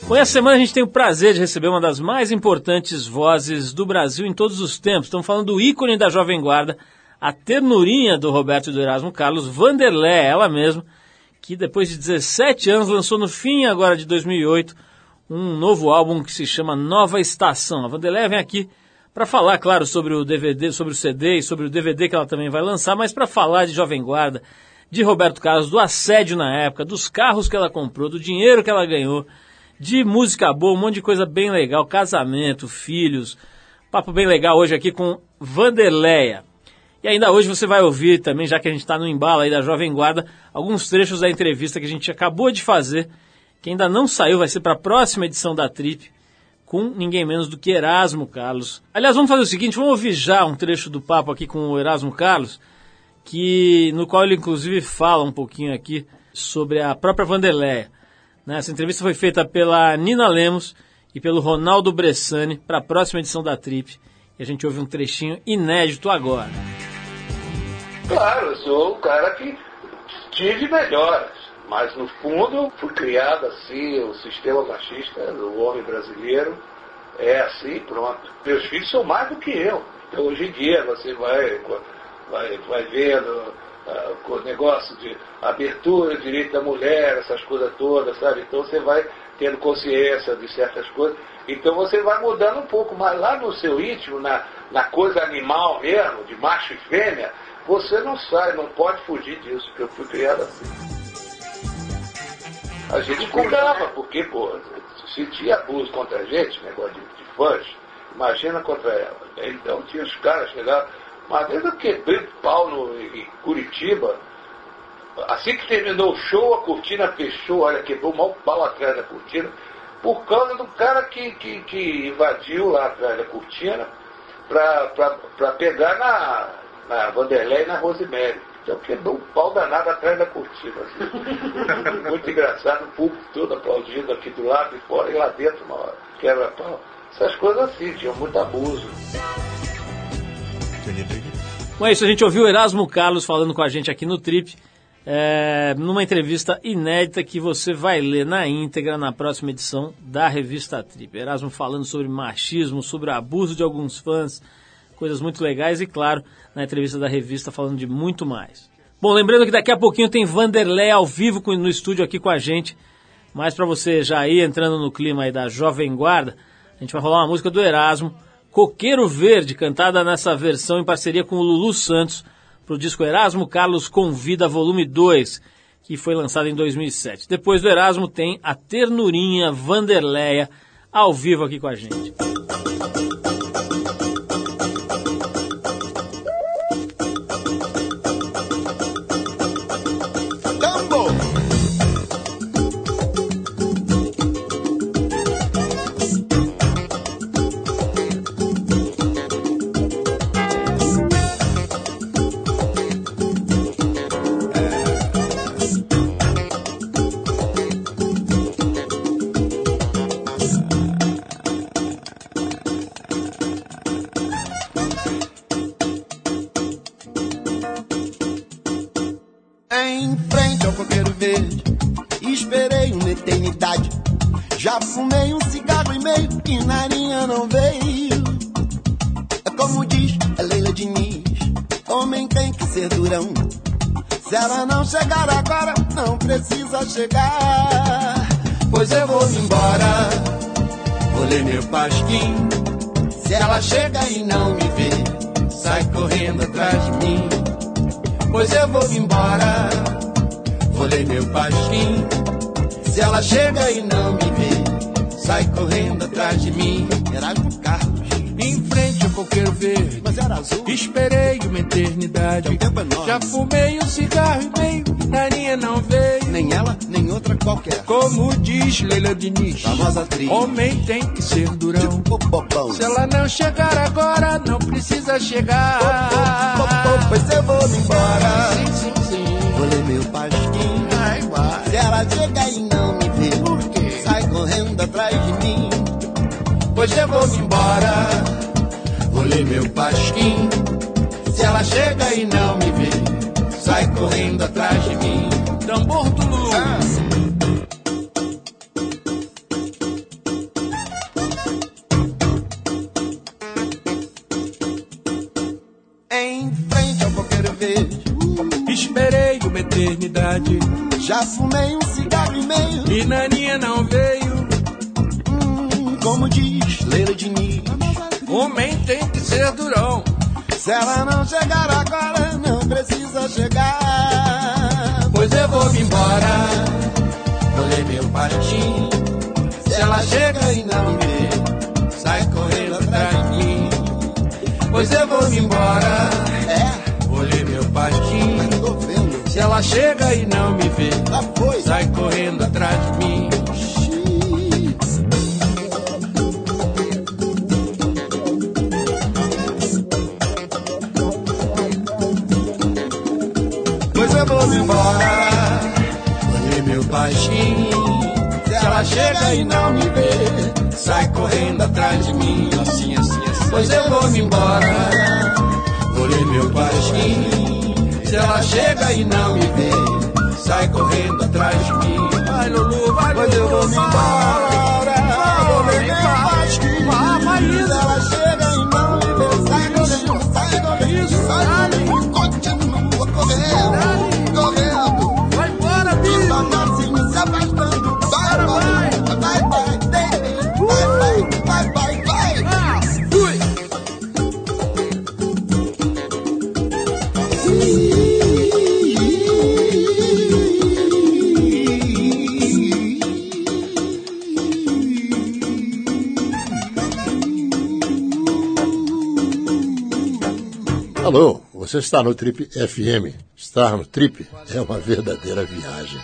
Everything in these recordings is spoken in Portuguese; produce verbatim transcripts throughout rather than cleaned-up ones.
Bom, essa semana a gente tem o prazer de receber uma das mais importantes vozes do Brasil em todos os tempos. Estamos falando do ícone da Jovem Guarda, a ternurinha do Roberto e do Erasmo Carlos, Vanderléia, ela mesma, que depois de dezessete anos lançou no fim agora de dois mil e oito um novo álbum que se chama Nova Estação. A Vanderléia vem aqui para falar, claro, sobre o D V D, sobre o C D e sobre o D V D que ela também vai lançar, mas para falar de Jovem Guarda, de Roberto Carlos, do assédio na época, dos carros que ela comprou, do dinheiro que ela ganhou, de música boa, um monte de coisa bem legal, casamento, filhos, papo bem legal hoje aqui com Vanderléia. E ainda hoje você vai ouvir também, já que a gente está no embalo aí da Jovem Guarda, alguns trechos da entrevista que a gente acabou de fazer, que ainda não saiu, vai ser para a próxima edição da Trip, com ninguém menos do que Erasmo Carlos. Aliás, vamos fazer o seguinte, vamos ouvir já um trecho do papo aqui com o Erasmo Carlos, que, no qual ele inclusive fala um pouquinho aqui sobre a própria Vanderléia. Essa entrevista foi feita pela Nina Lemos e pelo Ronaldo Bressani para a próxima edição da Trip. E a gente ouve um trechinho inédito agora. Claro, eu sou o cara que tive melhoras, mas no fundo fui criado assim, o sistema machista do homem brasileiro é assim, pronto. Meus filhos são mais do que eu. Então hoje em dia você vai, vai, vai vendo... Uh, com o negócio de abertura, direito da mulher, essas coisas todas, sabe? Então você vai tendo consciência de certas coisas. Então você vai mudando um pouco, mas lá no seu íntimo, na, na coisa animal mesmo, de macho e fêmea, você não sai, não pode fugir disso, porque eu fui criado assim. A gente cobrava, porque, pô, se tinha abuso contra a gente, negócio de, de fãs, imagina contra ela. Então tinha os caras chegavam. Uma vez eu quebrei o pau no, em Curitiba, assim que terminou o show, a cortina fechou, olha, quebrou o maior pau atrás da cortina, por causa do cara que, que, que invadiu lá atrás da cortina para pegar na, na Vanderléia e na Rosemary. Então quebrou um pau danado atrás da cortina. Assim. Muito engraçado, o público todo aplaudindo aqui do lado e fora, e lá dentro uma hora, quebra pau. Essas coisas assim, tinha muito abuso. Bom, é isso, a gente ouviu o Erasmo Carlos falando com a gente aqui no Trip, é, numa entrevista inédita que você vai ler na íntegra na próxima edição da revista Trip. Erasmo falando sobre machismo, sobre o abuso de alguns fãs, coisas muito legais e, claro, na entrevista da revista falando de muito mais. Bom, lembrando que daqui a pouquinho tem Vanderléia ao vivo no estúdio aqui com a gente, mas para você já ir entrando no clima aí da Jovem Guarda, a gente vai rolar uma música do Erasmo, Coqueiro Verde, cantada nessa versão em parceria com o Lulu Santos, para o disco Erasmo Carlos Convida Volume dois, que foi lançado em dois mil e sete. Depois do Erasmo tem a ternurinha Vanderléia ao vivo aqui com a gente. Em frente ao coqueiro verde, esperei uma eternidade. Já fumei um cigarro e meio e narinha não veio. É como diz a Leila Diniz, homem tem que ser durão. Se ela não chegar agora, não precisa chegar. Pois eu vou embora, vou ler meu pasquim. Se ela chega e não me vê, sai correndo atrás de mim. Pois eu vou embora, vou ler meu pasquim. Se ela chega e não me vê, sai correndo atrás de mim. Erasmo Carlos. Em frente ao coqueiro verde, Mas era azul. esperei uma eternidade. Teu tempo é enorme. Já fumei um cigarro e meio, narinha não veio. Nem ela, nem outra qualquer. Como diz Leila Diniz, Famosa atriz. homem tem que ser durão. Tipo bobão. Se ela não chegar agora, não precisa chegar. Oh, oh, oh, pois eu vou embora. Sim, sim, sim. Vou ler meu pasquim. Ai, vai. Se ela chega e não me vê, Por quê? sai correndo atrás de mim. Pois eu vou embora, Vou ler meu pasquim. se ela chega e não me vê, Sai correndo atrás de mim. tambor do Lulu. Ah. cidade. Já fumei um cigarro e meio E Naninha não veio. hum, Como diz Leila Diniz, Homem tem que ser durão. se ela não chegar agora, não precisa chegar. Pois eu vou me embora, vou ler meu pastinho. Se ela chega e não me vê, sai correndo atrás de mim. Pois eu vou me embora, É, vou ler meu pastinho. mas tô vendo, Se ela chega e não me vê, já foi. sai correndo atrás de mim. Pois eu vou me embora, Vou ler meu pastinho. Se ela chega e não me vê, sai correndo atrás de mim. Assim, assim, assim. Pois eu vou me embora, vou ler meu pastinho. Se ela chega e não me vê, sai correndo atrás de mim. Vai, Lulu, vai, Lulu. pois eu vou me embora, vou ler meu pastinho. Vai, vai isso. Se ela chega e não me vê, sai correndo, sai correndo, sai correndo, continua correndo, correndo. Vai embora, bicho. Devagarzinho se afastando, vai, vai, vai, vai, baby, vai, vai, vai, vai, vai. Ah, fui. Alô, você está no Trip F M. Estar no Trip é uma verdadeira viagem.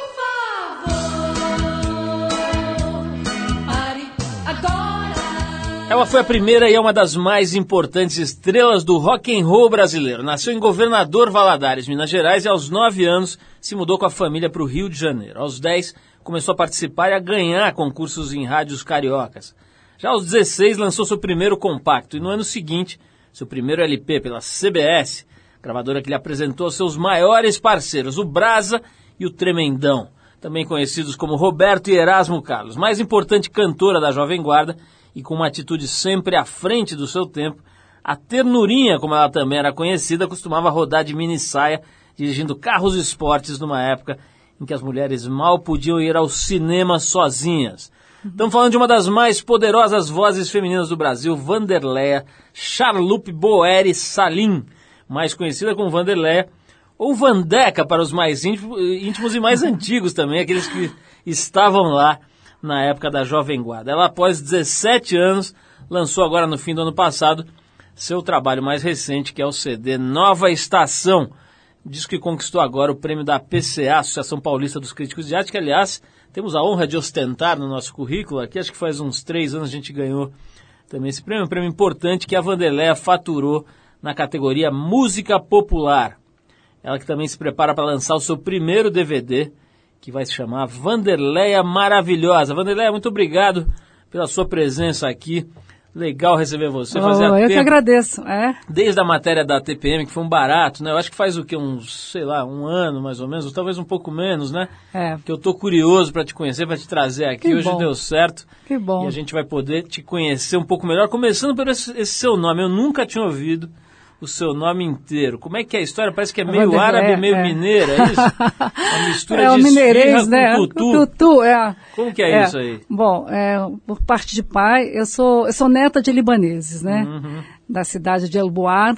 Ela foi a primeira e é uma das mais importantes estrelas do rock and roll brasileiro. Nasceu em Governador Valadares, Minas Gerais, e aos nove anos se mudou com a família para o Rio de Janeiro. Aos dez, começou a participar e a ganhar concursos em rádios cariocas. Já aos dezesseis, lançou seu primeiro compacto, e no ano seguinte, seu primeiro L P pela C B S, gravadora que lhe apresentou seus maiores parceiros, o Brasa e o Tremendão, também conhecidos como Roberto e Erasmo Carlos, mais importante cantora da Jovem Guarda, e com uma atitude sempre à frente do seu tempo. A Ternurinha, como ela também era conhecida, costumava rodar de mini saia, dirigindo carros esportes numa época em que as mulheres mal podiam ir ao cinema sozinhas. Estamos falando de uma das mais poderosas vozes femininas do Brasil, Wanderleia Charlupe Boeri Salim, mais conhecida como Wanderleia, ou Vandeca para os mais íntimos e mais antigos também, aqueles que estavam lá na época da Jovem Guarda. Ela, após dezessete anos, lançou agora no fim do ano passado seu trabalho mais recente, que é o C D Nova Estação, disco que conquistou agora o prêmio da A P C A, Associação Paulista dos Críticos de Arte, que, aliás, temos a honra de ostentar no nosso currículo aqui. Acho que faz uns três anos a gente ganhou também esse prêmio, um prêmio importante que a Wanderleia faturou na categoria Música Popular. Ela que também se prepara para lançar o seu primeiro D V D, que vai se chamar Wanderleia Maravilhosa. Wanderleia, muito obrigado pela sua presença aqui. Legal receber você. Oh, Fazia eu tempo, que agradeço. É. Desde a matéria da T P M, que foi um barato, né? Eu acho que faz o quê? Uns, sei lá, um ano mais ou menos, ou talvez um pouco menos, né? É. Que eu tô curioso para te conhecer, para te trazer aqui. Que Hoje bom. deu certo. Que bom. E a gente vai poder te conhecer um pouco melhor, começando por esse, esse seu nome. Eu nunca tinha ouvido o seu nome inteiro. Como é que é a história? Parece que é meio Wanderleia, árabe, meio é. mineira, é isso? Uma mistura É o de mineirês, esfirra né? com tutu. Tutu, é. Como que é, isso aí? Bom, é, por parte de pai, eu sou, eu sou neta de libaneses, né? Uhum. Da cidade de El Buar,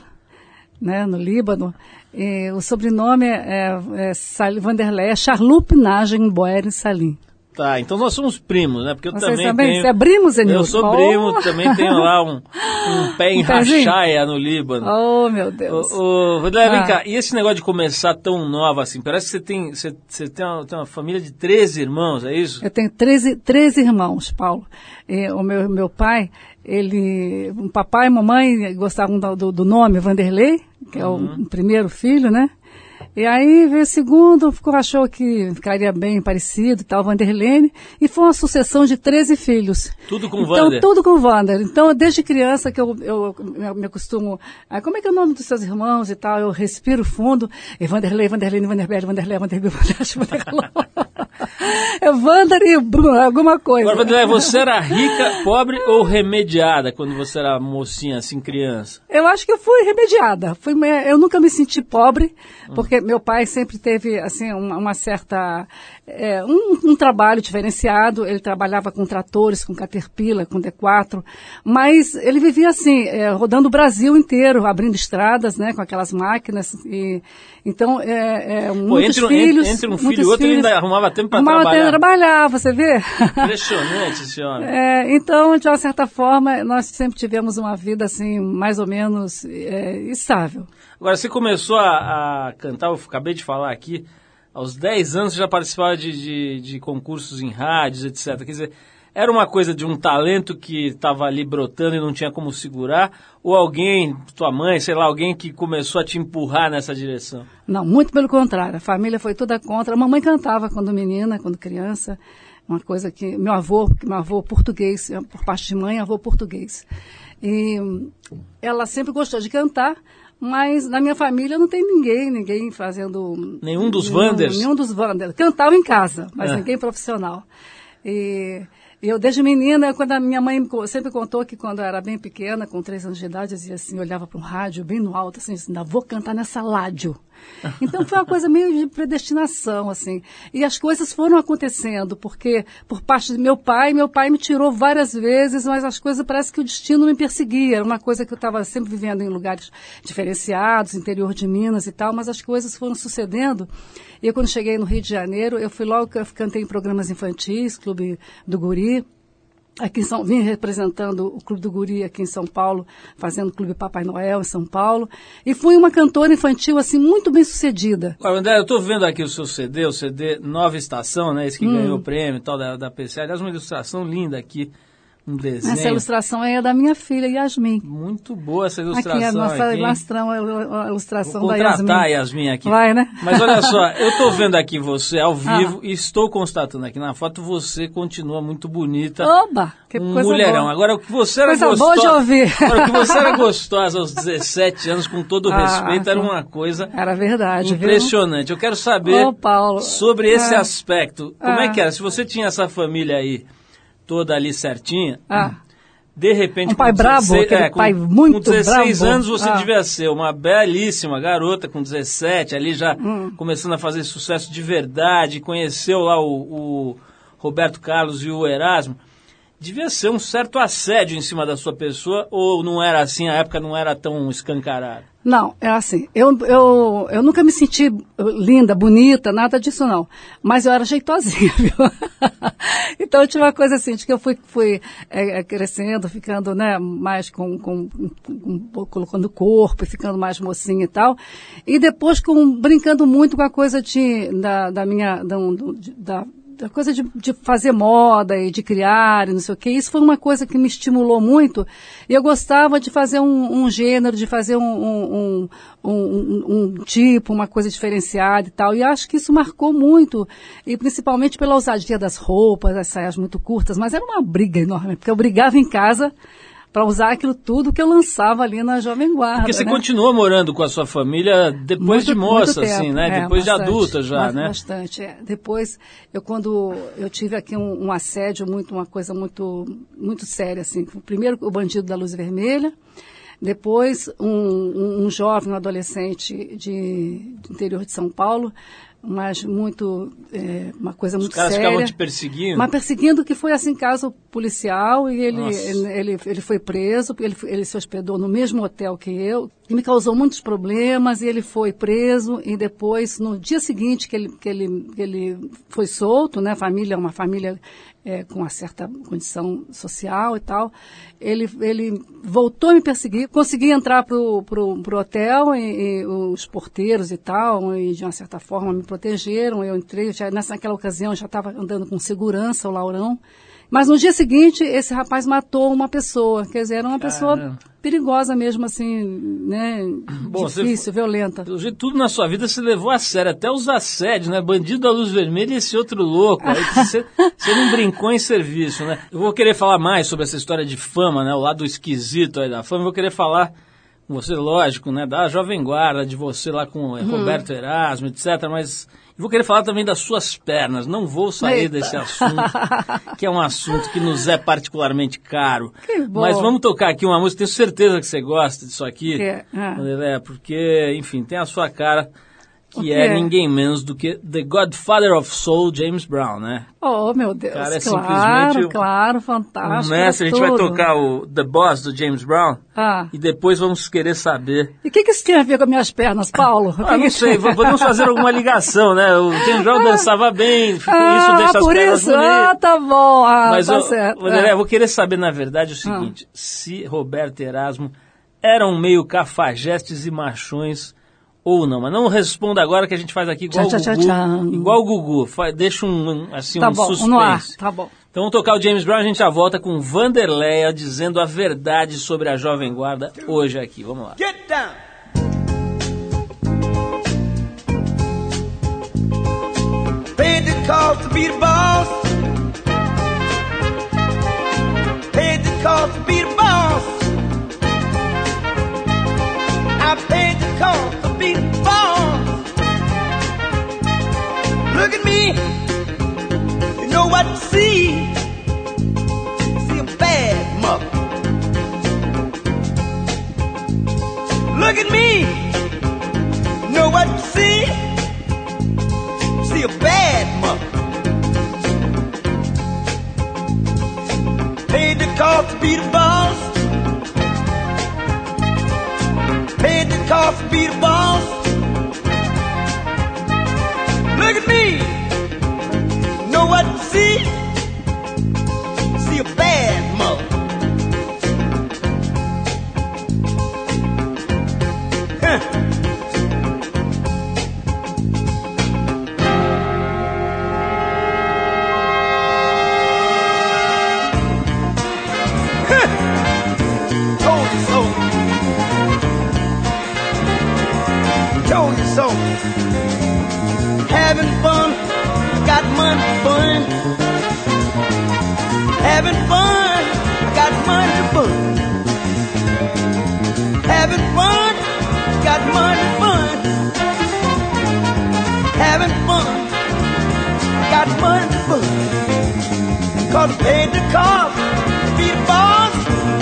né? No Líbano. E o sobrenome é, é Sal, Wanderleia Charlupe Najem Boeri Salim. Tá, então nós somos primos, né? Porque eu Vocês também também? tenho... Você é primo, Zenilson? Eu sou Oh! primo, também tenho lá um, um pé em Um pezinho? Rachaia, no Líbano. Oh, meu Deus. Ô, ô, Wanderleia, vem Ah. cá, e esse negócio de começar tão nova assim? Parece que você tem, você, você tem, uma, tem uma família de treze irmãos, é isso? Eu tenho treze, treze irmãos, Paulo. E o meu, meu pai, ele, o papai e mamãe gostavam do, do nome Wanderlei, que é o, Uhum. o primeiro filho, né? E aí veio o segundo, ficou, achou que ficaria bem parecido e tal, Wanderlene, e foi uma sucessão de treze filhos. Tudo com Então, Wander. tudo com Wander. Então, desde criança que eu, eu, eu me acostumo, ah, como é que é o nome dos seus irmãos e tal, eu respiro fundo, e Wanderlei, Wanderlene, Wanderbele, Wanderlei, Wanderbil, Wanderlei, Wanderlei. É Wander e Bruno, alguma coisa. Agora, Vanderlei, você era rica, pobre ou remediada quando você era mocinha, assim, criança? Eu acho que eu fui remediada. Fui, eu nunca me senti pobre, porque meu pai sempre teve, assim, uma, uma certa... É, um, um trabalho diferenciado. Ele trabalhava com tratores, com Caterpillar, com D quatro, mas ele vivia assim, é, rodando o Brasil inteiro, abrindo estradas, né, com aquelas máquinas. E, então, é, é, muitos Pô, entre, filhos... Entre um filho e outro, ele ainda arrumava tempo para trabalhar. Arrumava tempo para trabalhar, você vê? Impressionante esse homem. É, então, de uma certa forma, nós sempre tivemos uma vida, assim, mais ou menos é, estável. Agora, você começou a, a cantar, eu acabei de falar aqui, aos dez anos você já participava de, de, de concursos em rádios, etcétera. Quer dizer, era uma coisa de um talento que estava ali brotando e não tinha como segurar? Ou alguém, tua mãe, sei lá, alguém que começou a te empurrar nessa direção? Não, muito pelo contrário. A família foi toda contra. A mamãe cantava quando menina, quando criança. Uma coisa que... Meu avô, meu avô português, por parte de mãe, avô português. E ela sempre gostou de cantar. Mas na minha família não tem ninguém, ninguém fazendo... Nenhum dos Wanders? Nenhum dos Wanders. Cantava em casa, mas é. ninguém profissional. E eu, desde menina, quando a minha mãe sempre contou que quando eu era bem pequena, com três anos de idade, eu dizia assim, eu olhava para um rádio bem no alto, assim, ainda vou cantar nessa rádio. Então foi uma coisa meio de predestinação, assim. E as coisas foram acontecendo, porque por parte do meu pai, meu pai me tirou várias vezes, mas as coisas parece que o destino me perseguia. Era uma coisa que eu estava sempre vivendo em lugares diferenciados, interior de Minas e tal, mas as coisas foram sucedendo. E eu, quando cheguei no Rio de Janeiro, eu fui logo que eu cantei em programas infantis, Clube do Guri. Aqui em São, vim representando o Clube do Guri aqui em São Paulo, fazendo o Clube Papai Noel em São Paulo. E fui uma cantora infantil, assim, muito bem sucedida. Olha, André, eu estou vendo aqui o seu C D, o C D Nova Estação, né? Esse que hum. ganhou o prêmio e tal da, da P C. Aliás, uma ilustração linda aqui. Um desenho. Essa ilustração é da minha filha, Yasmin. Muito boa essa ilustração. Aqui, a nossa aqui, ilustração, a ilustração Vou da Yasmin. Vou contratar a Yasmin aqui. Vai, né? Mas olha só, eu estou vendo aqui você ao vivo ah. e estou constatando aqui na foto, você continua muito bonita. Oba! Que um coisa mulherão. boa. Agora, o que você era coisa gostosa... boa de ouvir. Agora, o que você era gostosa aos dezessete anos, com todo o ah, respeito, era uma coisa... Era verdade, impressionante. Viu? Eu quero saber Ô, Paulo. sobre esse ah. aspecto. Como ah. é que era? Se você tinha essa família aí, toda ali certinha... Ah. De repente, um pai com brabo, dezesseis, aquele é, com, pai muito com dezesseis brabo. anos você ah. devia ser uma belíssima garota, com dezessete, ali já hum. começando a fazer sucesso de verdade, conheceu lá o, o Roberto Carlos e o Erasmo. Devia ser um certo assédio em cima da sua pessoa, ou não era assim, a época não era tão escancarada? Não, é assim, eu, eu, eu nunca me senti linda, bonita, nada disso não, mas eu era jeitosinha, viu? Então eu tinha uma coisa assim, de que eu fui, fui é, crescendo, ficando, né, mais com, com, com, com colocando corpo, ficando mais mocinha e tal, e depois com, brincando muito com a coisa de, da, da minha, da, da a coisa de, de fazer moda e de criar e não sei o que, isso foi uma coisa que me estimulou muito, e eu gostava de fazer um, um gênero, de fazer um, um, um, um, um tipo, uma coisa diferenciada e tal, e acho que isso marcou muito, e principalmente pela ousadia das roupas, as saias muito curtas, mas era uma briga enorme, porque eu brigava em casa para usar aquilo tudo que eu lançava ali na Jovem Guarda. Porque você né? continuou morando com a sua família depois muito, de moça, assim, né? É, depois bastante, de adulta já, bastante, né? Bastante, é. Depois, eu quando eu tive aqui um, um assédio, muito, uma coisa muito, muito séria, assim. Primeiro o bandido da luz vermelha, depois um, um, um jovem, um adolescente de, do interior de São Paulo, mas muito, é, uma coisa muito séria. Os caras ficavam te perseguindo? Mas perseguindo, que foi assim, caso policial, e ele, ele, ele, ele foi preso, ele, ele se hospedou no mesmo hotel que eu, e me causou muitos problemas, e ele foi preso, e depois, no dia seguinte que ele, que ele, que ele foi solto, né, família, uma família é, com uma certa condição social e tal, ele, ele voltou a me perseguir, consegui entrar pro, pro, pro hotel, e, e os porteiros e tal, e de uma certa forma me protegeram, eu entrei, já, nessa, naquela ocasião eu já estava andando com segurança, o Laurão, mas no dia seguinte esse rapaz matou uma pessoa, quer dizer, era uma pessoa Caramba. perigosa mesmo, assim, né, Bom, difícil, você, violenta. Pelo jeito, tudo na sua vida se levou a sério, até os assédios, né, bandido da luz vermelha e esse outro louco, aí você, você não brincou em serviço, né. Eu vou querer falar mais sobre essa história de fama, né, o lado esquisito aí da fama, eu vou querer falar com você, lógico, né, da Jovem Guarda, de você lá com hum. Roberto Erasmo, etcétera, mas Vou querer falar também das suas pernas. Não vou sair Eita. desse assunto, que é um assunto que nos é particularmente caro. Que bom. Mas vamos tocar aqui uma música. Tenho certeza que você gosta disso aqui. É, é. É, porque, enfim, tem a sua cara, O que quê? é ninguém menos do que The Godfather of Soul, James Brown, né? Oh, meu Deus, Cara, é claro, simplesmente claro, Um fantástico. mestre, a gente tudo. vai tocar o The Boss do James Brown Ah. e depois vamos querer saber. E o que, que isso tem a ver com as minhas pernas, Paulo? Ah, não sei, podemos fazer alguma ligação, né? O James Brown dançava bem, isso Ah, deixa as por pernas isso? bonitas. Ah, tá bom, ah, Mas tá eu, certo. Vanderlei, é. eu vou querer saber, na verdade, o seguinte: se Roberto e Erasmo eram meio cafajestes e machões ou não. Mas não responda agora, que a gente faz aqui igual Tchá, o tchá, Gugu. tchá, tchá. Igual o Gugu. Fa- deixa um, assim, Tá um bom, suspense. no ar, tá bom. Então vamos tocar o James Brown, a gente já volta com Vanderleia dizendo a verdade sobre a Jovem Guarda hoje aqui. Vamos lá. Get down. Paid the cost to be the boss. Paid the cost to be the boss. I paid the cost to be the boss. Look at me. You know what to see. See a bad mother. Look at me. You know what to see. See a bad mother. Paid the cost to be the boss. Paid the cost to be the boss. Look at me. Know what to see. See a bad mother. Huh. Told you so. Told you so. Having fun, got money to burn. Having fun, got money to burn. Having fun, got money to burn. Having fun, got money to burn. Cause I paid the cost to be the boss.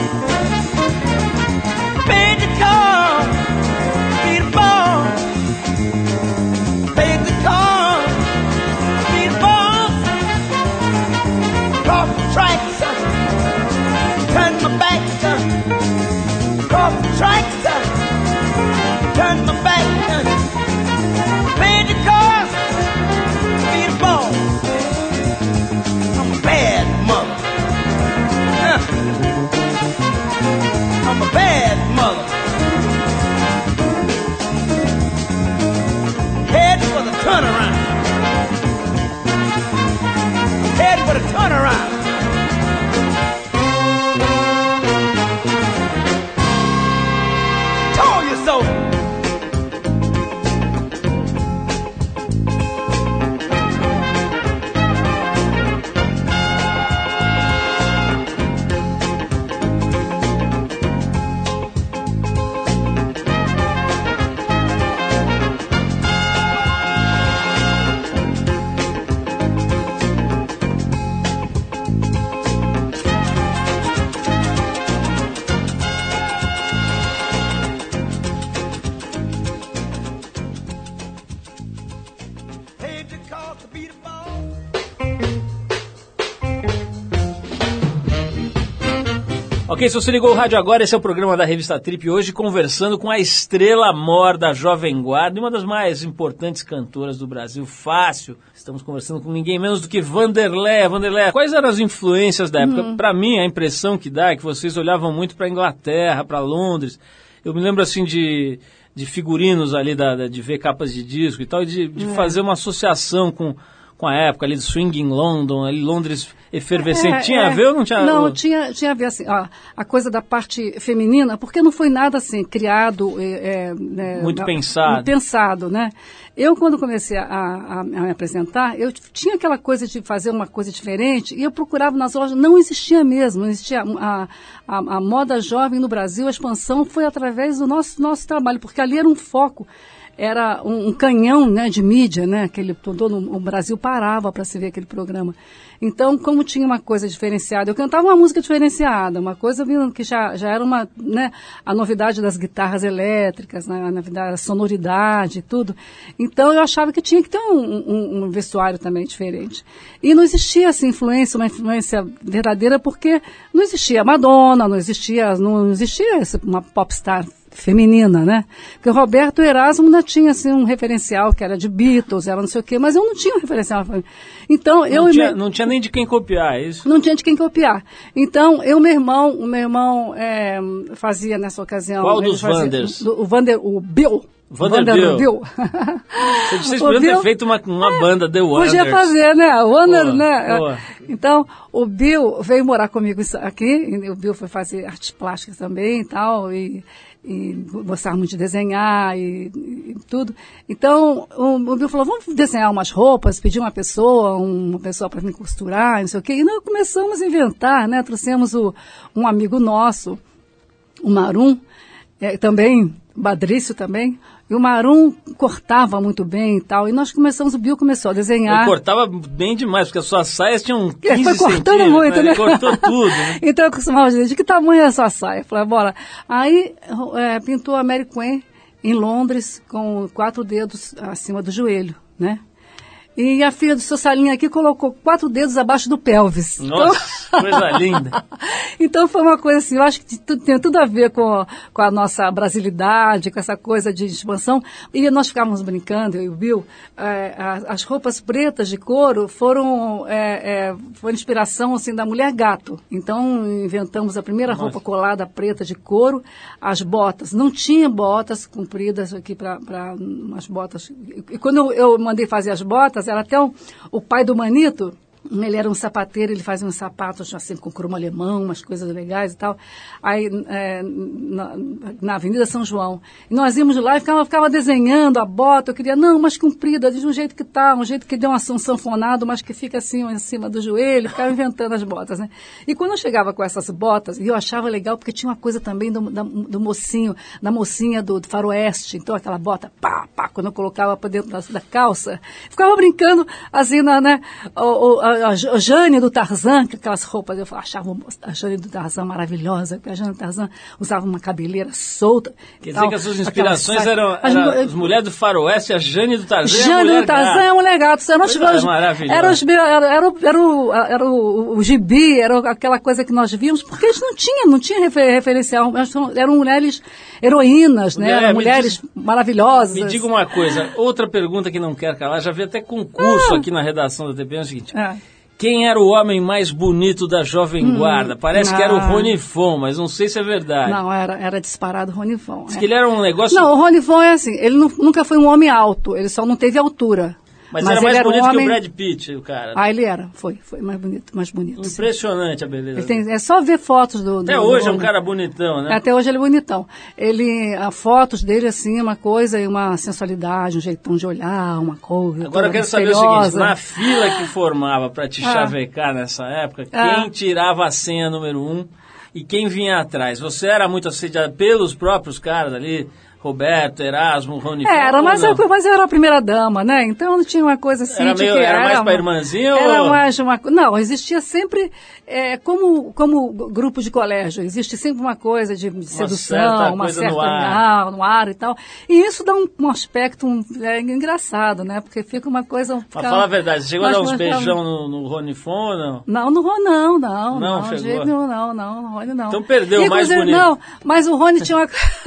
Paid the cost to be the boss. Paid the cost to be the boss. Cross the tracks, son. Turn my back, son. Cross the tracks, son. Turn my back, son. Paid the cost to be the boss. I'm a bad mother. Huh. I'm a bad mother. Head for the turnaround. Head for the turnaround. Told you so. Paid the cost to be the boss. Ok, se você ligou o rádio agora, esse é o programa da Revista Trip, hoje conversando com a estrela mor da Jovem Guarda, uma das mais importantes cantoras do Brasil, fácil. Estamos conversando com ninguém menos do que Vanderleia. Vanderleia, quais eram as influências da época? Para mim, a impressão que dá é que vocês olhavam muito para a Inglaterra, para Londres. Eu me lembro assim de, de figurinos ali, da, da- de ver capas de disco e tal, e de, de fazer uma associação com, com a época ali do swing em London, ali Londres efervescente. É, tinha é. a ver ou não tinha? Não, ou- tinha, tinha a ver, assim, ó, a coisa da parte feminina, porque não foi nada, assim, criado... é, é, né, Muito na- pensado. Pensado, né? Eu, quando comecei a, a- a me apresentar, eu tinha aquela coisa de fazer uma coisa diferente e eu procurava nas lojas, não existia mesmo, não existia a, a, a moda jovem no Brasil, a expansão foi através do nosso, nosso trabalho, porque ali era um foco. era um, um canhão, né, de mídia, né? Aquele, todo o Brasil parava para se ver aquele programa. Então, como tinha uma coisa diferenciada, eu cantava uma música diferenciada, uma coisa que já, já era uma, né, a novidade das guitarras elétricas, né, a novidade da sonoridade e tudo. Então, eu achava que tinha que ter um, um, um vestuário também diferente. E não existia essa influência, uma influência verdadeira, porque não existia Madonna, não existia, não existia uma popstar feminina, né? Porque o Roberto Erasmo ainda tinha, assim, um referencial que era de Beatles, era não sei o quê, mas eu não tinha um referencial. Então, eu... Não tinha, não tinha nem de quem copiar, é isso? Não tinha de quem copiar. Então, eu, meu irmão, o meu irmão é, fazia nessa ocasião... Qual dos fazia, Wanders? O, o Vander, o Bill. Vanderbilt. Bill. Vocês podiam ter feito uma, uma banda, The Wonders. Podia fazer, né? O Wonder, boa, né? Boa. Então, o Bill veio morar comigo aqui, e o Bill foi fazer artes plásticas também e tal, e, e gostava muito de desenhar e, e tudo. Então, o, o Bill falou, vamos desenhar umas roupas, pedir uma pessoa, uma pessoa para me costurar, não sei o quê. E nós começamos a inventar, né? Trouxemos o, um amigo nosso, o Marum, é, também, Badrício também, e o Marum cortava muito bem e tal, e nós começamos, o Bill começou a desenhar. Ele cortava bem demais, porque as suas saias tinham quinze Ele foi cortando muito, né? Ele cortou tudo, né? Então eu costumava dizer, de que tamanho é a sua saia? Eu falei, bora. Aí é, pintou a Mary Queen em Londres, com quatro dedos acima do joelho, né? E a filha do seu Salinha aqui colocou quatro dedos abaixo do pelvis. Nossa, então... coisa linda. Então foi uma coisa assim, eu acho que tem tudo a ver com, com a nossa brasilidade, com essa coisa de expansão. E nós ficávamos brincando, eu e o Bill, é, as roupas pretas de couro foram, é, é, foi inspiração assim, da Mulher Gato. Então inventamos a primeira Nossa. roupa colada preta de couro, as botas. Não tinha botas compridas aqui para umas botas. E quando eu, eu mandei fazer as botas, era até o, o pai do Manito, ele era um sapateiro, ele fazia uns sapatos assim com cromo alemão, umas coisas legais e tal, aí é, na, na Avenida São João. E nós íamos lá e ficava, ficava desenhando a bota, eu queria, não, mas comprida, de um jeito que tá, um jeito que dê uma um sanfonado, mas que fica assim em cima do joelho, ficava inventando as botas, né? E quando eu chegava com essas botas, e eu achava legal, porque tinha uma coisa também do, da, do mocinho, da mocinha do, do faroeste, então aquela bota, pá, pá, quando eu colocava para dentro da, da calça, ficava brincando assim, na, né, o, o, a, a Jane do Tarzan, com aquelas roupas, eu achava a Jane do Tarzan maravilhosa, porque a Jane do Tarzan usava uma cabeleira solta. Quer dizer que as suas inspirações eram, eram as, as mulheres do faroeste, a Jane do Tarzan Jane é a do Tarzan é a mulher gato. Você não tivemos, maravilhosa. Era, os, era, era, o, era, o, era o, o gibi, era aquela coisa que nós víamos, porque eles não tinham, não tinha refer, referencial, eram mulheres heroínas, né? Eram é, mulheres diz, maravilhosas. Me diga uma coisa, outra pergunta que não quer calar, já vi até concurso ah. aqui na redação da T P, é o seguinte... Ah. Quem era o homem mais bonito da Jovem hum, Guarda? Parece ah, que era o Rony Von, mas não sei se é verdade. Não, era, era disparado o Rony Von. Diz é. que ele era um negócio... Não, o Rony Von é assim, ele não, nunca foi um homem alto, ele só não teve altura. Mas, mas era mais era bonito um homem... que o Brad Pitt, o cara. Ah, ele era, foi, foi mais bonito, mais bonito. Impressionante sim. a beleza. Ele tem, é só ver fotos do... Até do, hoje do é um cara bonitão, né? Até hoje ele é bonitão. Ele, a fotos dele, assim, uma coisa, uma sensualidade, um jeitão de olhar, uma coisa... Agora eu quero saber o seguinte, na fila que formava para te ah. chavecar nessa época, ah. quem tirava a senha número um e quem vinha atrás? Você era muito assediado pelos próprios caras ali... Roberto, Erasmo, Rony Von. Era, mas eu, mas eu era a primeira dama, né? Então não tinha uma coisa assim era de meio, que era, era mais uma, pra irmãzinha era ou... mais uma... Não, existia sempre, é, como, como grupo de colégio, existe sempre uma coisa de, de uma sedução, certa uma coisa certa... no ar. no ar e tal. E isso dá um, um aspecto um, é, engraçado, né? Porque fica uma coisa... Fica, mas fala a verdade, você chegou a dar uns mas, beijão no, no Rony Von ou não? Não, no Rony não, não. Não, não chegou? Jeito, não, não, não, no Rony não. Então perdeu o mais bonito. Não, mas o Rony tinha uma...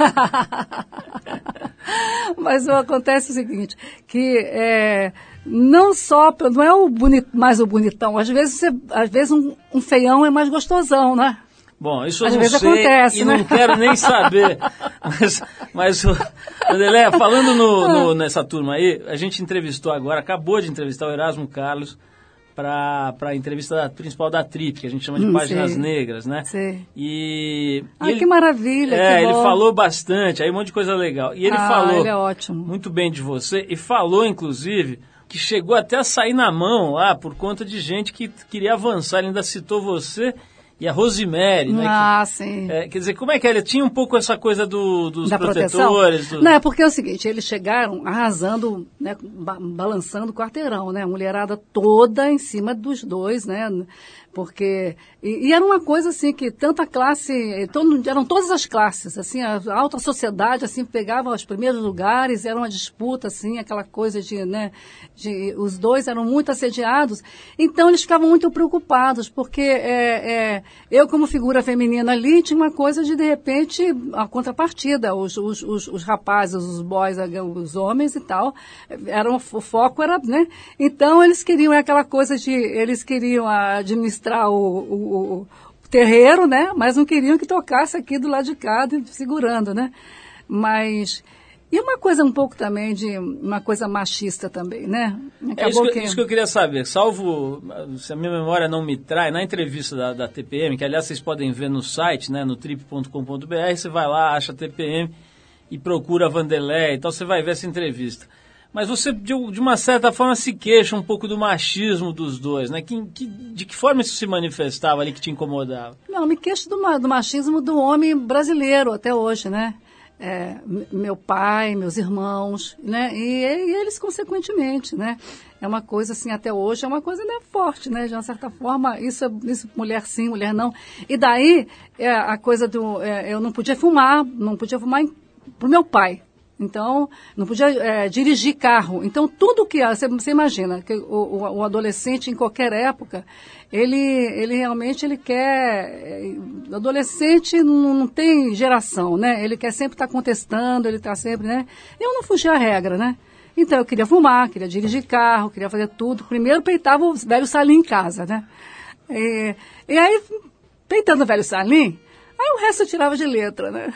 Mas acontece o seguinte, que é, não só, não é o bonito, mais o bonitão, às vezes, você, às vezes um, um feião é mais gostosão, né? Bom, isso eu às não vezes sei acontece, e né? não quero nem saber. Mas, mas Vanderlé, falando no, no, nessa turma aí, a gente entrevistou agora, acabou de entrevistar o Erasmo Carlos, para a entrevista da, principal da Trip, que a gente chama de hum, Páginas sei. Negras, né? Sei. E, ah, e ele, que maravilha, É, que ele bom. falou bastante, aí um monte de coisa legal. E ele ah, falou ele é ótimo. muito bem de você, e falou, inclusive, que chegou até a sair na mão lá, por conta de gente que queria avançar. Ele ainda citou você e a Rosemary, né? Ah, que, sim. É, quer dizer, como é que era? Tinha um pouco essa coisa do, dos da protetores? Do... Não, é porque é o seguinte, eles chegaram arrasando, né, ba balançando o quarteirão, né? A mulherada toda em cima dos dois, né? Porque, e, e era uma coisa assim, que tanta classe, todo, eram todas as classes, assim, a alta sociedade, assim, pegava os primeiros lugares, era uma disputa, assim, aquela coisa de, né, de, os dois eram muito assediados, então eles ficavam muito preocupados, porque é, é, eu, como figura feminina ali, tinha uma coisa de, de repente, a contrapartida, os, os, os, os rapazes, os boys, os homens e tal, eram, o foco era, né, então eles queriam aquela coisa de, eles queriam administrar O, o, o terreiro, né? Mas não queriam que tocasse aqui do lado de cá, segurando, né? Mas... E uma coisa um pouco também de... Uma coisa machista também, né? Acabou é isso que, que... isso que eu queria saber. Salvo, se a minha memória não me trai, na entrevista da, da T P M, que aliás vocês podem ver no site, né? No trip ponto com ponto b r, você vai lá, acha a T P M e procura a Vanderlei, então você vai ver essa entrevista. Mas você, de, de uma certa forma, se queixa um pouco do machismo dos dois, né? Que, que, de que forma isso se manifestava ali que te incomodava? Não, me queixo do, do machismo do homem brasileiro até hoje, né? É, meu pai, meus irmãos, né? E, e eles, consequentemente, né? É uma coisa, assim, até hoje, é uma coisa, né, forte, né? De uma certa forma, isso, isso mulher sim, mulher não. E daí, é, a coisa do... É, eu não podia fumar, não podia fumar em, pro meu pai. Então, não podia é, dirigir carro. Então, tudo que... Você, você imagina, que o, o, o adolescente, em qualquer época, ele, ele realmente ele quer... O adolescente não, não tem geração, né? Ele quer sempre estar contestando, ele está sempre, né? Eu não fugi à regra, né? Então, eu queria fumar, queria dirigir carro, queria fazer tudo. Primeiro, peitava o velho Salim em casa, né? E, e aí, peitando o velho Salim... Aí o resto eu tirava de letra, né?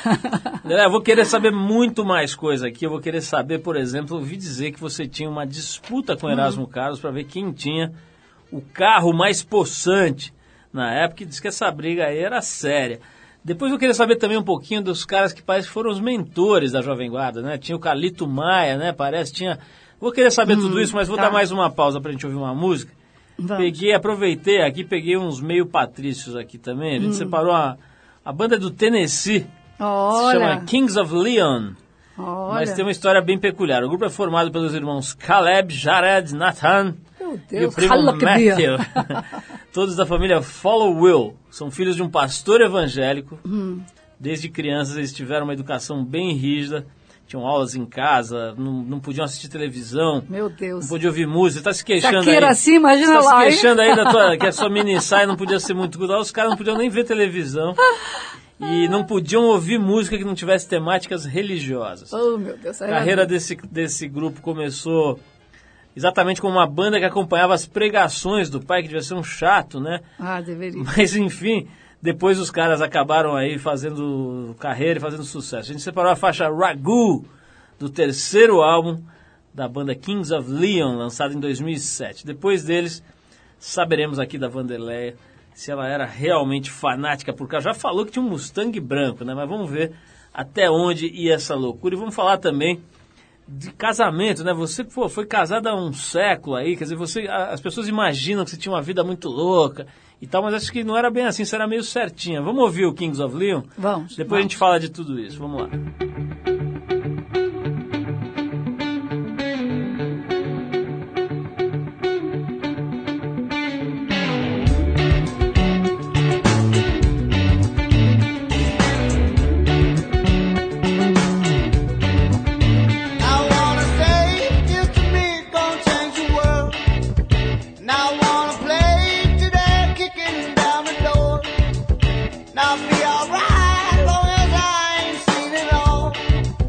Eu vou querer saber muito mais coisa aqui. Eu vou querer saber, por exemplo, ouvi dizer que você tinha uma disputa com Erasmo uhum. Carlos para ver quem tinha o carro mais possante na época. E diz que essa briga aí era séria. Depois eu queria saber também um pouquinho dos caras que parece que foram os mentores da Jovem Guarda, né? Tinha o Carlito Maia, né? Parece, tinha... Vou querer saber hum, tudo isso, mas vou tá. dar mais uma pausa para a gente ouvir uma música. Vamos. Peguei, aproveitei aqui, peguei uns meio patrícios aqui também. A gente hum. separou a... A banda do Tennessee, Olha. se chama Kings of Leon, Olha. mas tem uma história bem peculiar. O grupo é formado pelos irmãos Caleb, Jared, Nathan Meu Deus, e o primo Matthew, todos da família Follow Will. São filhos de um pastor evangélico. Hum. Desde crianças eles tiveram uma educação bem rígida, tinham aulas em casa, não, não podiam assistir televisão. Meu Deus. Não podiam ouvir música. Você está se queixando Shakira aí. Assim, imagina você tá lá, se queixando hein? aí da tua, que a sua mini saia não podia ser muito cuidada. Os caras não podiam nem ver televisão. E não podiam ouvir música que não tivesse temáticas religiosas. Oh, meu Deus. A carreira desse, desse grupo começou exatamente como uma banda que acompanhava as pregações do pai, que devia ser um chato, né? Ah, deveria. Mas, enfim, depois os caras acabaram aí fazendo carreira e fazendo sucesso. A gente separou a faixa Ragu, do terceiro álbum da banda Kings of Leon, lançado em dois mil e sete. Depois deles, saberemos aqui da Vanderleia se ela era realmente fanática por carro. Já falou que tinha um Mustang branco, né? Mas vamos ver até onde ia essa loucura. E vamos falar também de casamento, né? Você pô, foi casada há um século aí, quer dizer, você, as pessoas imaginam que você tinha uma vida muito louca e tal, mas acho que não era bem assim, você era meio certinha. Vamos ouvir o Kings of Leon? Vamos. Depois vamos. a gente fala de tudo isso. Vamos lá. Now be alright, long as I ain't seen it all.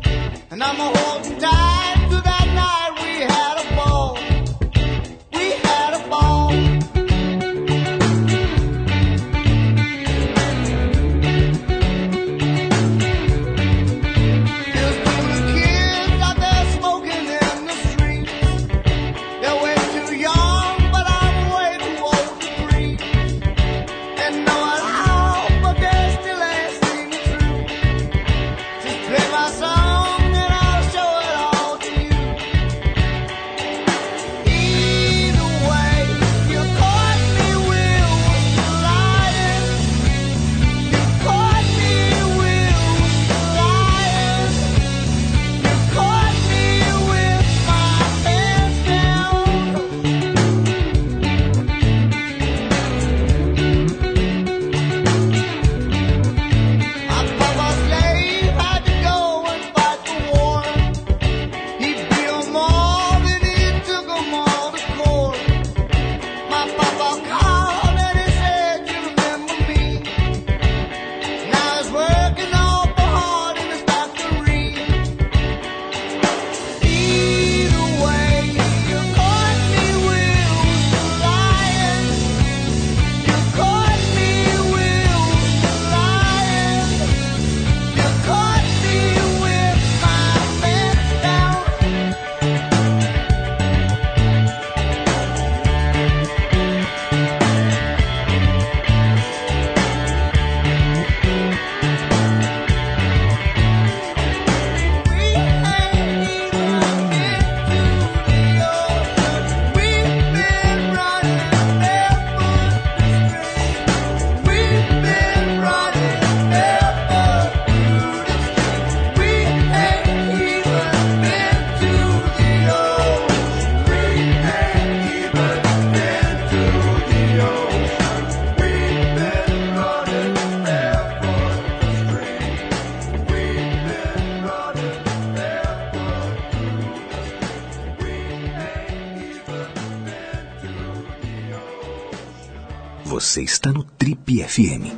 Você está no Trip F M.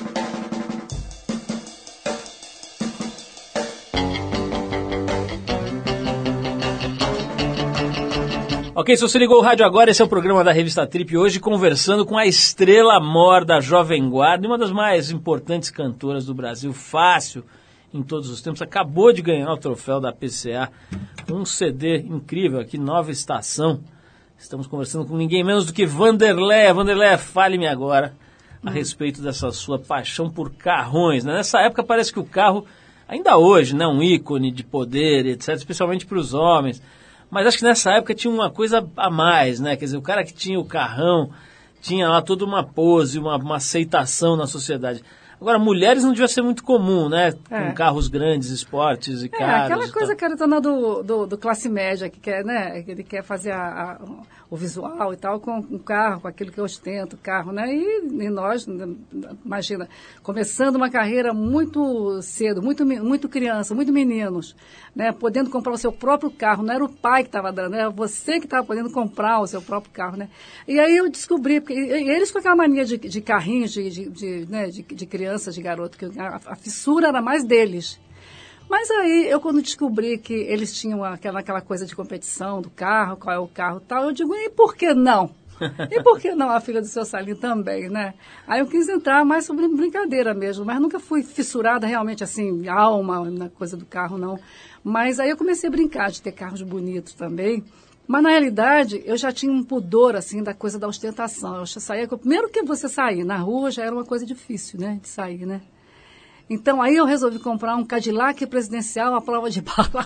Ok, se você ligou o rádio agora, esse é o programa da Revista Trip, hoje conversando com a estrela mor da Jovem Guarda, uma das mais importantes cantoras do Brasil, fácil em todos os tempos, acabou de ganhar o troféu da P C A, um C D incrível aqui, Nova Estação. Estamos conversando com ninguém menos do que Wanderleia. Wanderleia, fale-me agora a hum. respeito dessa sua paixão por carrões, né? Nessa época parece que o carro, ainda hoje, né, um ícone de poder, etcétera, especialmente para os homens. Mas acho que nessa época tinha uma coisa a mais, né? Quer dizer, o cara que tinha o carrão tinha lá toda uma pose, uma, uma aceitação na sociedade. Agora, mulheres não devia ser muito comum, né? É. Com carros grandes, esportes e é, caros. Aquela coisa caretona do, do, do classe média, que quer, né? Que ele quer fazer a, a, o visual e tal com o carro, com aquilo que ostenta o carro, né? E, e nós, imagina, começando uma carreira muito cedo, muito, muito criança, muito meninos, né? Podendo comprar o seu próprio carro. Não era o pai que estava dando, era você que estava podendo comprar o seu próprio carro, né? E aí eu descobri, porque eles com aquela mania de, de carrinhos, de, de, de, né? de, de criança, de garoto, que a, a fissura era mais deles. Mas aí, eu quando descobri que eles tinham aquela, aquela coisa de competição do carro, qual é o carro e tal, eu digo, e por que não? E por que não a filha do seu Salim também, né? Aí eu quis entrar mais sobre brincadeira mesmo, mas nunca fui fissurada realmente assim, alma na coisa do carro, não. Mas aí eu comecei a brincar de ter carros bonitos também. Mas, na realidade, eu já tinha um pudor, assim, da coisa da ostentação. Eu já saía... Primeiro que você sair na rua já era uma coisa difícil, né? De sair, né? Então, aí eu resolvi comprar um Cadillac presidencial à prova de bala.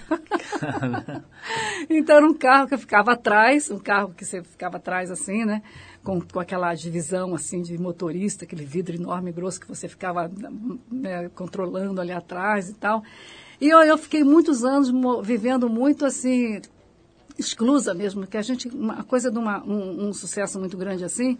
Então, era um carro que eu ficava atrás, um carro que você ficava atrás, assim, né? Com, com aquela divisão, assim, de motorista, aquele vidro enorme, grosso, que você ficava, né, controlando ali atrás e tal. E eu, eu fiquei muitos anos vivendo muito, assim... exclusa mesmo, que a gente, uma coisa de uma, um, um sucesso muito grande assim,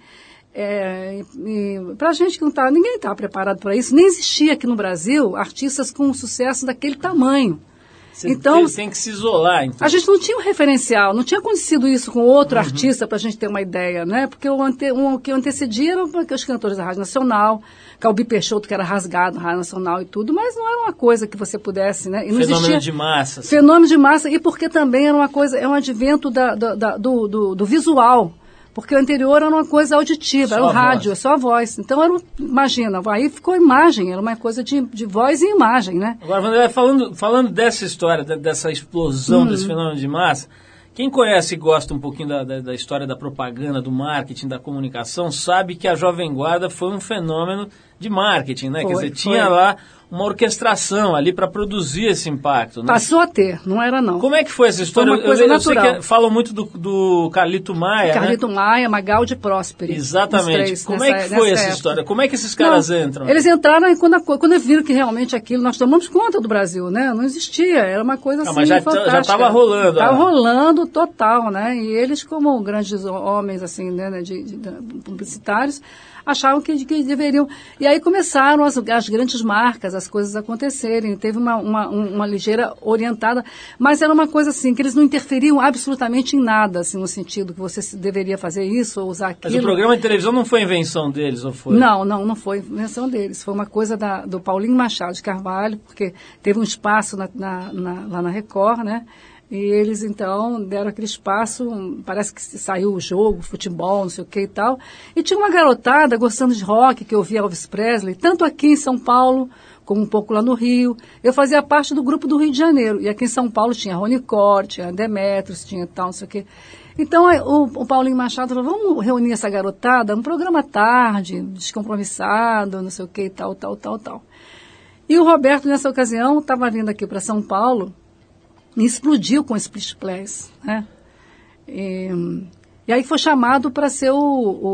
é, para a gente que não está, ninguém está preparado para isso, nem existia aqui no Brasil artistas com um sucesso daquele tamanho. Você então, tem, tem que se isolar. Então. A gente não tinha um referencial, não tinha acontecido isso com outro uhum. artista para a gente ter uma ideia, né? Porque o, ante, um, o que antecedia eram os cantores da Rádio Nacional, Calbi Peixoto, que era rasgado na Rádio Nacional e tudo, mas não era uma coisa que você pudesse, né? E não fenômeno existia, de massa. Assim. Fenômeno de massa, e porque também era uma coisa, é um advento da, da, da, do, do, do visual. Porque o anterior era uma coisa auditiva, só era o rádio, é só a voz. Então, era, imagina, aí ficou a imagem, era uma coisa de, de voz e imagem, né? Agora, Wanderleia, falando, falando dessa história, dessa explosão hum. desse fenômeno de massa, quem conhece e gosta um pouquinho da, da, da história da propaganda, do marketing, da comunicação, sabe que a Jovem Guarda foi um fenômeno de marketing, né? Foi, Quer dizer, foi. tinha lá uma orquestração ali para produzir esse impacto. Né? Passou a ter, não era não. Como é que foi essa história? Foi uma coisa eu, eu natural. sei que falam muito do, do Carlito Maia, Carlito né? Maia, Magaldi e Prósperi. Exatamente. Três, Como nessa, é que foi essa época. história? Como é que esses caras não, entram? Eles entraram e quando, quando viram que realmente aquilo, nós tomamos conta do Brasil, né? Não existia, era uma coisa assim, não, mas já, fantástica. já estava rolando. Estava ah. rolando total, né? E eles, como grandes homens, assim, né, de, de, de publicitários, achavam que, que deveriam... E aí começaram as, as grandes marcas, as coisas acontecerem. Teve uma, uma, uma ligeira orientada, mas era uma coisa assim, que eles não interferiam absolutamente em nada, assim, no sentido que você deveria fazer isso ou usar aquilo. Mas o programa de televisão não foi invenção deles, ou foi? Não, não, não foi invenção deles. Foi uma coisa da, do Paulinho Machado de Carvalho, porque teve um espaço na, na, na, lá na Record, né? E eles, então, deram aquele espaço, parece que saiu o jogo, futebol, não sei o que e tal. E tinha uma garotada gostando de rock, que eu via Elvis Presley, tanto aqui em São Paulo, como um pouco lá no Rio. Eu fazia parte do grupo do Rio de Janeiro. E aqui em São Paulo tinha Rony Cor, tinha Demetrios, tinha tal, não sei o que. Então, o, o Paulinho Machado falou, vamos reunir essa garotada, um programa à tarde, descompromissado, não sei o que e tal, tal, tal, tal. E o Roberto, nessa ocasião, estava vindo aqui para São Paulo, e explodiu com Split Splash, né? E, e aí foi chamado para ser o,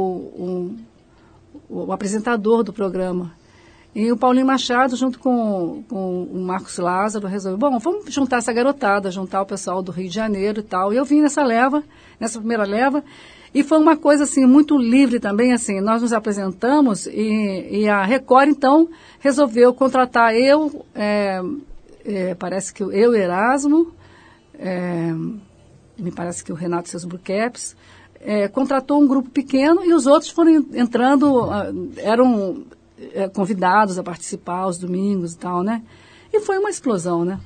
o, o, o apresentador do programa. E o Paulinho Machado, junto com, com o Marcos Lázaro, resolveu, bom, vamos juntar essa garotada, juntar o pessoal do Rio de Janeiro e tal. E eu vim nessa leva, nessa primeira leva, e foi uma coisa, assim, muito livre também, assim, nós nos apresentamos e, e a Record, então, resolveu contratar eu... É, É, parece que eu, Erasmo, é, me parece que o Renato Seus Burqueps, é, contratou um grupo pequeno e os outros foram entrando, eram é, convidados a participar aos domingos e tal, né? E foi uma explosão, né?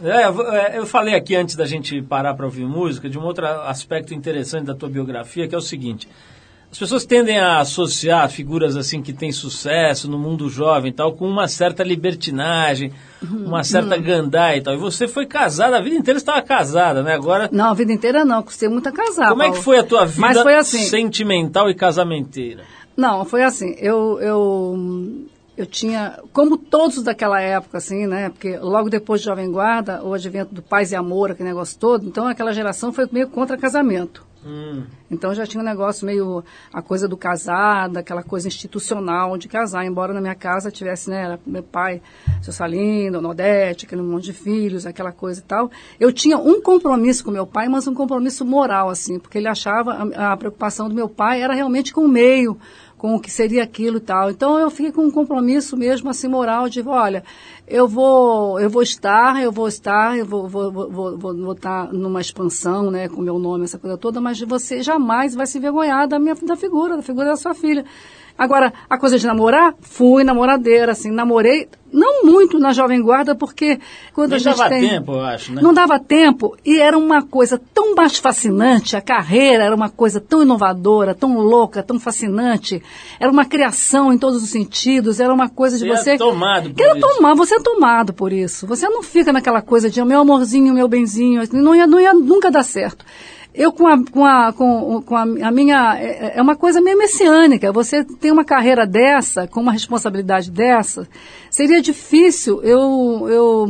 É, eu falei aqui antes da gente parar para ouvir música de um outro aspecto interessante da tua biografia, que é o seguinte: as pessoas tendem a associar figuras assim que têm sucesso no mundo jovem e tal com uma certa libertinagem, uma certa uhum. gandaia e tal. E você foi casada, a vida inteira estava casada, né? Agora... Não, a vida inteira não, custei muito a casar. Como Paulo. É que foi a tua vida Mas foi assim, sentimental e casamenteira? Não, foi assim, eu... eu... Eu tinha, como todos daquela época, assim, né? Porque logo depois de Jovem Guarda, o advento do Paz e Amor, aquele negócio todo, então aquela geração foi meio contra casamento. Hum. Então já tinha um negócio meio, a coisa do casar, aquela coisa institucional de casar, embora na minha casa tivesse, né, era meu pai, seu Salindo, Nodete, aquele monte de filhos, aquela coisa e tal. Eu tinha um compromisso com meu pai, mas um compromisso moral, assim, porque ele achava, a, a preocupação do meu pai era realmente com o meio, com o que seria aquilo e tal. Então eu fiquei com um compromisso mesmo assim moral de, olha, eu vou, eu vou estar, eu vou estar, eu vou, vou, vou, vou, vou, vou estar numa expansão, né, com meu nome, essa coisa toda, mas você jamais vai se envergonhar da minha da figura, da figura da sua filha. Agora, a coisa de namorar, fui namoradeira, assim, namorei, não muito na Jovem Guarda, porque quando Nem a gente dava tem... tempo, eu acho, né? Não dava tempo, e era uma coisa tão mais fascinante, a carreira era uma coisa tão inovadora, tão louca, tão fascinante, era uma criação em todos os sentidos, era uma coisa de você... você... Era tomado por era isso. Tomar, você é tomado por isso, você não fica naquela coisa de meu amorzinho, meu benzinho, não ia, não ia nunca dar certo. Eu com a, com a, com, com a, a minha, é, é uma coisa meio messiânica, você tem uma carreira dessa, com uma responsabilidade dessa, seria difícil eu,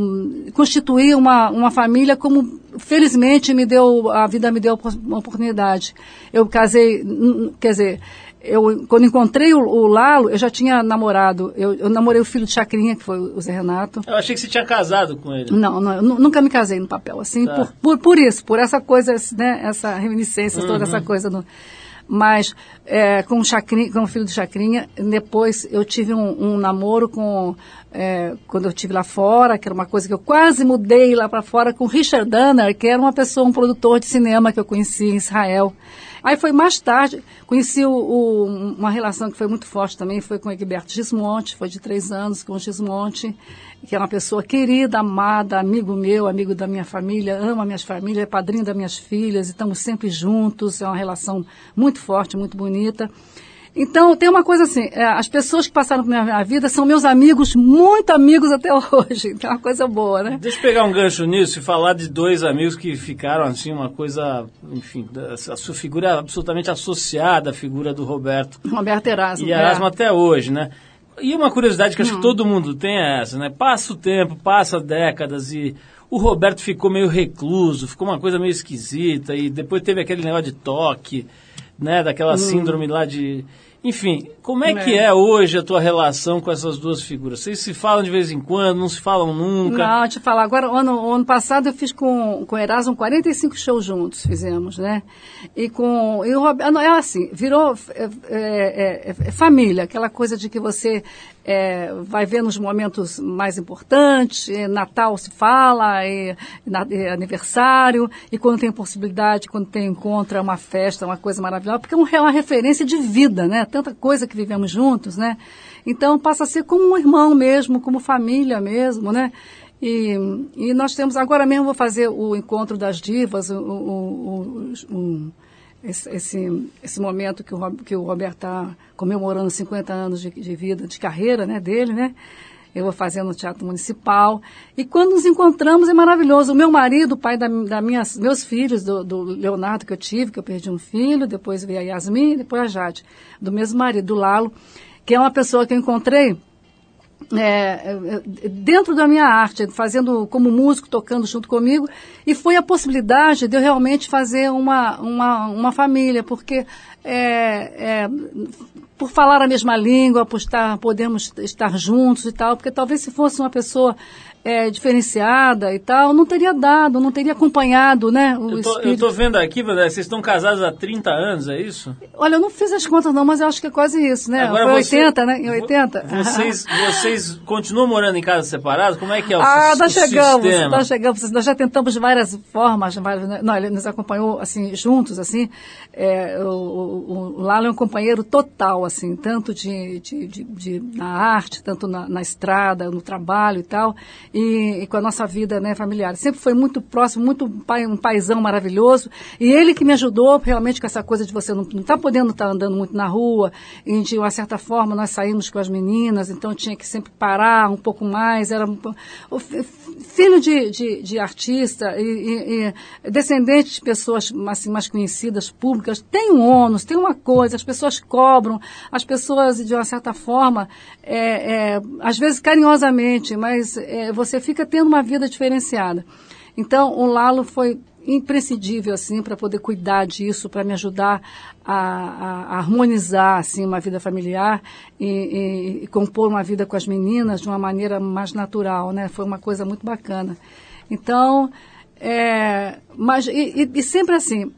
eu constituir uma, uma família como felizmente me deu, a vida me deu uma oportunidade. Eu casei, quer dizer, eu, quando encontrei o, o Lalo, eu já tinha namorado, eu, eu namorei o filho de Chacrinha, que foi o Zé Renato. Eu achei que você tinha casado com ele. Não, não eu nunca me casei no papel, assim, tá. por, por, por isso, por essa coisa, né, essa reminiscência, uhum. toda essa coisa. No, mas é, com, o Chacrinha, com o filho de Chacrinha, depois eu tive um, um namoro com, é, quando eu estive lá fora, que era uma coisa que eu quase mudei lá para fora, com Richard Danner, que era uma pessoa, um produtor de cinema que eu conheci em Israel. Aí foi mais tarde, conheci o, o, uma relação que foi muito forte também, foi com o Egberto Gismonti, foi de três anos com o Gismonti, que é uma pessoa querida, amada, amigo meu, amigo da minha família, ama a minha família, é padrinho das minhas filhas, e estamos sempre juntos, é uma relação muito forte, muito bonita. Então, tem uma coisa assim, é, as pessoas que passaram por minha vida são meus amigos, muito amigos até hoje, então é uma coisa boa, né? Deixa eu pegar um gancho nisso e falar de dois amigos que ficaram, assim, uma coisa, enfim, a sua figura é absolutamente associada à figura do Roberto. Roberto Erasmo. E Erasmo é. até hoje, né? E uma curiosidade que acho hum. que todo mundo tem é essa, né? Passa o tempo, passa décadas e o Roberto ficou meio recluso, ficou uma coisa meio esquisita e depois teve aquele negócio de toque, né? Daquela hum. síndrome lá de... Enfim, como é, é que é hoje a tua relação com essas duas figuras? Vocês se falam de vez em quando, não se falam nunca? Não, te falar, agora, ano, ano passado eu fiz com, com o Erasmo quarenta e cinco shows juntos, fizemos, né? E com, e o Roberto, é assim, virou é, é, é, é família, aquela coisa de que você é, vai ver nos momentos mais importantes, é, Natal se fala, é, é aniversário, e quando tem possibilidade, quando tem encontro, é uma festa, uma coisa maravilhosa, porque é uma referência de vida, né? Tanta coisa que vivemos juntos, né? Então passa a ser como um irmão mesmo, como família mesmo, né? E, e nós temos, agora mesmo vou fazer o encontro das divas, o, o, o, o, esse, esse, esse momento que o, que o Roberto está comemorando cinquenta anos de, de vida, de carreira, né, dele, né? Eu vou fazer no Teatro Municipal. E quando nos encontramos é maravilhoso. O meu marido, o pai da, da minhas, meus filhos, do, do Leonardo que eu tive, que eu perdi um filho, depois veio a Yasmin, depois a Jade, do mesmo marido, do Lalo, que é uma pessoa que eu encontrei é, dentro da minha arte, fazendo como músico, tocando junto comigo, e foi a possibilidade de eu realmente fazer uma, uma, uma família, porque é, é, por falar a mesma língua, por estar, podemos estar juntos e tal, porque talvez se fosse uma pessoa é, diferenciada e tal, não teria dado, não teria acompanhado, né? O eu, tô, eu tô vendo aqui, vocês estão casados há trinta anos, é isso? Olha, eu não fiz as contas não, mas eu acho que é quase isso, né? Agora Foi você, oitenta, né? Em oitenta. Vocês, vocês continuam morando em casas separadas? Como é que é o, ah, o nós chegamos, sistema? nós chegamos, nós já tentamos várias formas, várias, não, ele nos acompanhou, assim, juntos, assim, é, o, o, o Lalo é um companheiro total, assim, tanto de, de, de, de na arte, tanto na, na estrada, no trabalho e tal, e, e com a nossa vida, né, familiar. Sempre foi muito próximo, muito pai, um paizão maravilhoso, e ele que me ajudou realmente com essa coisa de você não estar tá podendo estar tá andando muito na rua, e de uma certa forma nós saímos com as meninas, então tinha que sempre parar um pouco mais, era o filho de, de, de artista e, e, e descendente de pessoas assim, mais conhecidas, públicas, tem um ônus, tem uma coisa, as pessoas cobram, as pessoas de uma certa forma, é, é, às vezes carinhosamente, mas é, você fica tendo uma vida diferenciada. Então o Lalo foi imprescindível assim para poder cuidar disso, para me ajudar a, a, a harmonizar assim uma vida familiar e, e, e compor uma vida com as meninas de uma maneira mais natural, né? Foi uma coisa muito bacana. Então, é, mas e, e, e sempre assim,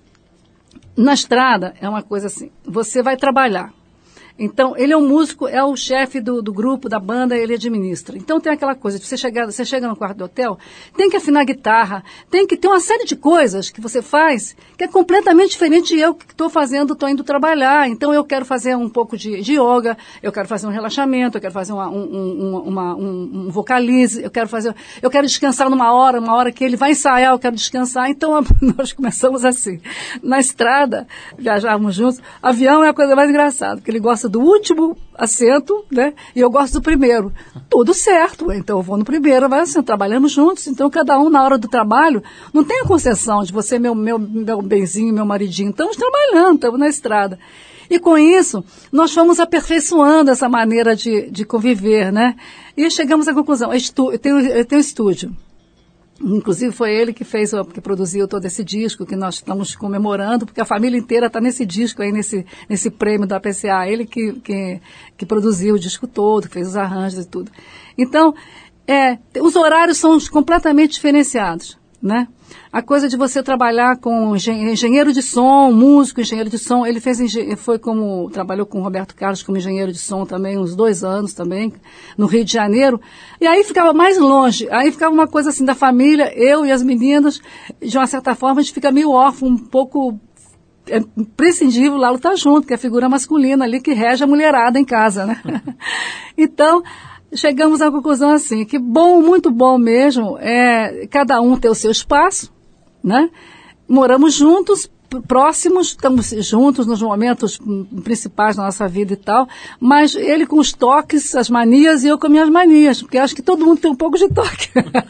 na estrada é uma coisa assim, você vai trabalhar. Então, ele é um músico, é o chefe do, do grupo, da banda, ele administra. Então, tem aquela coisa de você chegar, você chega no quarto do hotel, tem que afinar a guitarra, tem que ter uma série de coisas que você faz que é completamente diferente de eu que estou fazendo, estou indo trabalhar. Então, eu quero fazer um pouco de, de yoga, eu quero fazer um relaxamento, eu quero fazer uma, um, um, uma, um, um vocalize, eu quero fazer, eu quero descansar numa hora, uma hora que ele vai ensaiar, eu quero descansar. Então, nós começamos assim. Na estrada, viajávamos juntos, avião é a coisa mais engraçada, porque ele gosta do último assento, né? E eu gosto do primeiro. Tudo certo, então eu vou no primeiro, vai assim, trabalhamos juntos, então cada um na hora do trabalho, não tem a concessão de você, meu, meu, meu benzinho, meu maridinho, estamos trabalhando, estamos na estrada. E com isso, nós fomos aperfeiçoando essa maneira de, de conviver, né? E chegamos à conclusão, eu tenho, eu tenho estúdio. Inclusive foi ele que fez, que produziu todo esse disco que nós estamos comemorando, porque a família inteira está nesse disco aí, nesse, nesse prêmio da P C A. Ele que, que, que produziu o disco todo, que fez os arranjos e tudo. Então, é, os horários são completamente diferenciados, né? A coisa de você trabalhar com engenheiro de som, músico, engenheiro de som, ele fez, foi como, trabalhou com o Roberto Carlos como engenheiro de som também, uns dois anos também, no Rio de Janeiro, e aí ficava mais longe, aí ficava uma coisa assim da família, eu e as meninas, de uma certa forma a gente fica meio órfão, um pouco é imprescindível, o Lalo tá junto, que é a figura masculina ali que rege a mulherada em casa, né? Então, chegamos à conclusão assim, que bom, muito bom mesmo, é cada um ter o seu espaço, né? Moramos juntos, próximos, estamos juntos nos momentos principais da nossa vida e tal, mas ele com os toques, as manias e eu com minhas manias, porque acho que todo mundo tem um pouco de toque.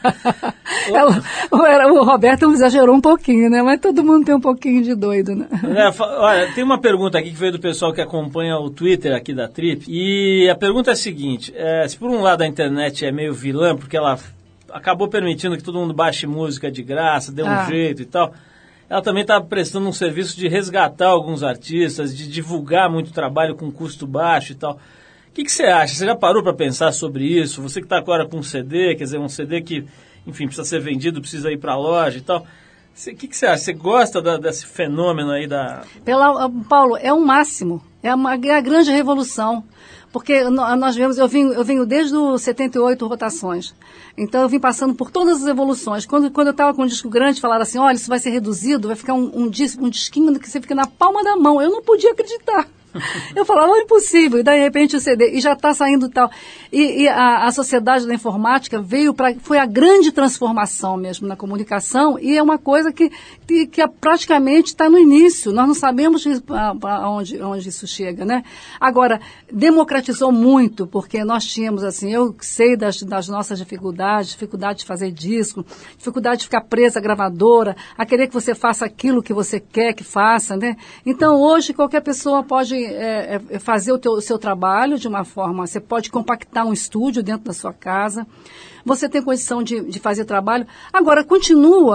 o, o Roberto exagerou um pouquinho, né? Mas todo mundo tem um pouquinho de doido, né? É, olha, tem uma pergunta aqui que veio do pessoal que acompanha o Twitter aqui da Trip, e a pergunta é a seguinte, é, se por um lado a internet é meio vilã, porque ela acabou permitindo que todo mundo baixe música de graça, dê um ah. jeito e tal, ela também está prestando um serviço de resgatar alguns artistas, de divulgar muito trabalho com custo baixo e tal. O que, que você acha? Você já parou para pensar sobre isso? Você que está agora com um C D, quer dizer, um C D que, enfim, precisa ser vendido, precisa ir para a loja e tal. O que, que você acha? Você gosta da, desse fenômeno aí da... Pela, Paulo, é o máximo. É, uma, é a grande revolução. Porque nós vemos, eu venho, eu venho desde os setenta e oito rotações. Então eu vim passando por todas as evoluções. Quando, quando eu estava com um disco grande, falaram assim, olha, isso vai ser reduzido, vai ficar um, um, disco, um disquinho que você fica na palma da mão. Eu não podia acreditar. Eu falava, é impossível, e daí, de repente, o C D, e já está saindo tal. E, e a, a sociedade da informática veio para, foi a grande transformação mesmo na comunicação, e é uma coisa que, que, que praticamente está no início, nós não sabemos aonde, aonde isso chega, né? Agora, democratizou muito, porque nós tínhamos, assim, eu sei das, das nossas dificuldades, dificuldade de fazer disco, dificuldade de ficar presa à gravadora, a querer que você faça aquilo que você quer que faça, né? Então, hoje, qualquer pessoa pode É, é fazer o, teu, o seu trabalho de uma forma, você pode compactar um estúdio dentro da sua casa, você tem condição de, de fazer trabalho. Agora, continua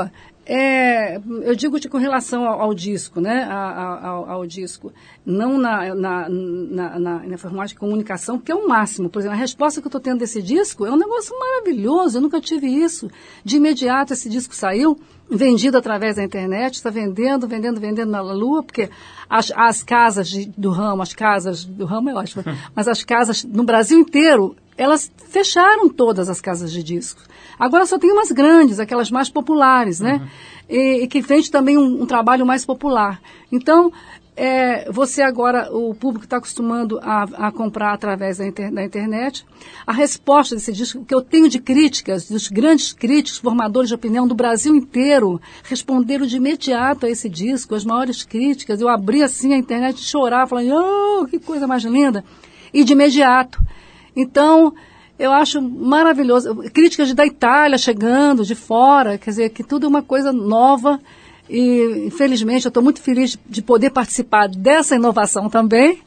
É, eu digo de, com relação ao, ao disco, né? A, ao, ao disco. Não na, na, na, na, na informática de comunicação, que é o máximo. Por exemplo, a resposta que eu estou tendo desse disco é um negócio maravilhoso. Eu nunca tive isso. De imediato, esse disco saiu, vendido através da internet, está vendendo, vendendo, vendendo na lua, porque as, as casas de, do ramo, as casas do ramo é ótimo, mas as casas no Brasil inteiro, elas fecharam todas as casas de discos. Agora só tem umas grandes, aquelas mais populares, né? Uhum. E, e que vende também um, um trabalho mais popular. Então, é, você agora, o público está acostumando a, a comprar através da, inter, da internet. A resposta desse disco, que eu tenho de críticas, dos grandes críticos, formadores de opinião do Brasil inteiro, responderam de imediato a esse disco, as maiores críticas. Eu abri assim a internet e chorava, falando, oh, que coisa mais linda. E de imediato. Então, eu acho maravilhoso. Críticas da Itália chegando, de fora, quer dizer, que tudo é uma coisa nova. E, infelizmente, eu estou muito feliz de poder participar dessa inovação também.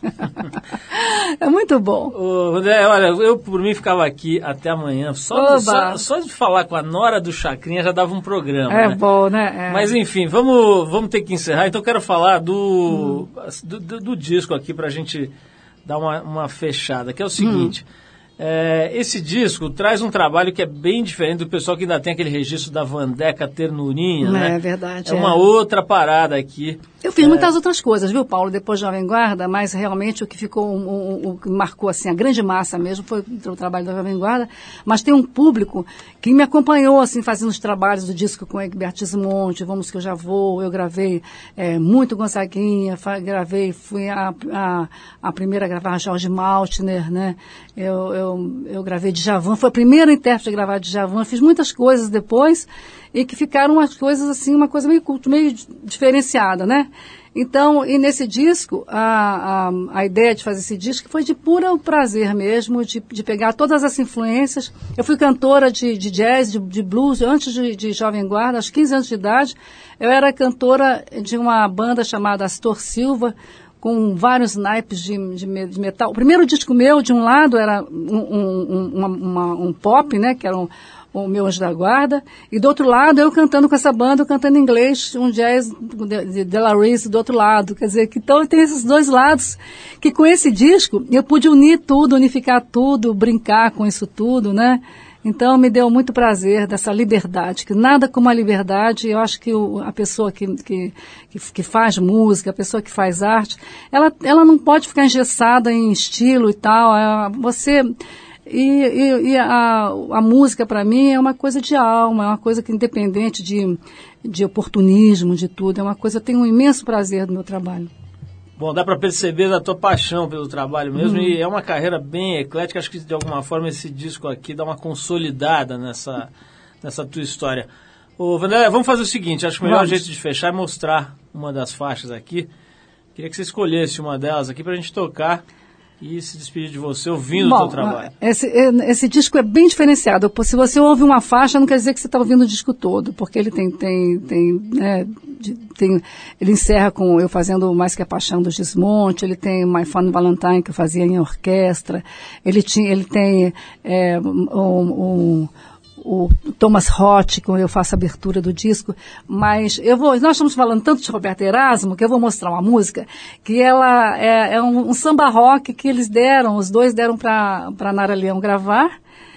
É muito bom. Ô, André, olha, eu por mim ficava aqui até amanhã. Só, só, só de falar com a Nora do Chacrinha já dava um programa. É né? bom, né? É. Mas, enfim, vamos, vamos ter que encerrar. Então, eu quero falar do, hum. do, do, do disco aqui para a gente dar uma, uma fechada, que é o seguinte... Hum. É, esse disco traz um trabalho que é bem diferente do pessoal que ainda tem aquele registro da Vandeca Ternurinha, né? É verdade. É, é uma outra parada aqui. Eu fiz é... muitas outras coisas, viu, Paulo, depois de Jovem Guarda, mas realmente o que ficou, o, o que marcou assim, a grande massa mesmo foi o trabalho da Jovem Guarda, mas tem um público que me acompanhou, assim, fazendo os trabalhos do disco com Egberto Gismonti, Vamos Que Eu Já Vou, eu gravei é, muito Gonçaguinha, gravei, fui a, a, a primeira a gravar Jorge Maltner, né, eu, eu, eu gravei Djavan, foi a primeira intérprete a gravar Djavan, fiz muitas coisas depois, e que ficaram umas coisas assim, uma coisa meio, meio diferenciada, né? Então, e nesse disco, a, a, a ideia de fazer esse disco foi de puro prazer mesmo, de, de pegar todas as influências. Eu fui cantora de, de jazz, de, de blues, antes de, de Jovem Guarda, aos quinze anos de idade. Eu era cantora de uma banda chamada Astor Silva, com vários naipes de, de, de metal. O primeiro disco meu, de um lado, era um, um, uma, uma, um pop, né, que era um, o meu Anjo da Guarda, e do outro lado eu cantando com essa banda, eu cantando em inglês, um jazz de, de Della Reese do outro lado, quer dizer, que então tem esses dois lados, que com esse disco eu pude unir tudo, unificar tudo, brincar com isso tudo, né? Então me deu muito prazer dessa liberdade, que nada como a liberdade, eu acho que o, a pessoa que, que, que, que faz música, a pessoa que faz arte, ela, ela não pode ficar engessada em estilo e tal, é, você... E, e, e a, a música, para mim, é uma coisa de alma, é uma coisa que independente de, de oportunismo, de tudo, é uma coisa, eu tenho um imenso prazer no meu trabalho. Bom, dá para perceber da tua paixão pelo trabalho mesmo, hum. e é uma carreira bem eclética, acho que de alguma forma esse disco aqui dá uma consolidada nessa, nessa tua história. Ô, Vanderlei, vamos fazer o seguinte, acho que o melhor vamos. jeito de fechar é mostrar uma das faixas aqui. Queria que você escolhesse uma delas aqui para a gente tocar e se despedir de você ouvindo Bom, o seu trabalho. Esse, esse disco é bem diferenciado. Se você ouve uma faixa, não quer dizer que você está ouvindo o disco todo, porque ele tem, tem, tem, né, tem, ele encerra com eu fazendo Mais Que a Paixão do Gismonti, ele tem My Fun Valentine, que eu fazia em orquestra, ele, tinha, ele tem é, um, um o Thomas Roth, quando eu faço a abertura do disco, mas eu vou, nós estamos falando tanto de Roberto Erasmo, que eu vou mostrar uma música, que ela é, é um, um samba rock que eles deram, os dois deram para a Nara Leão gravar,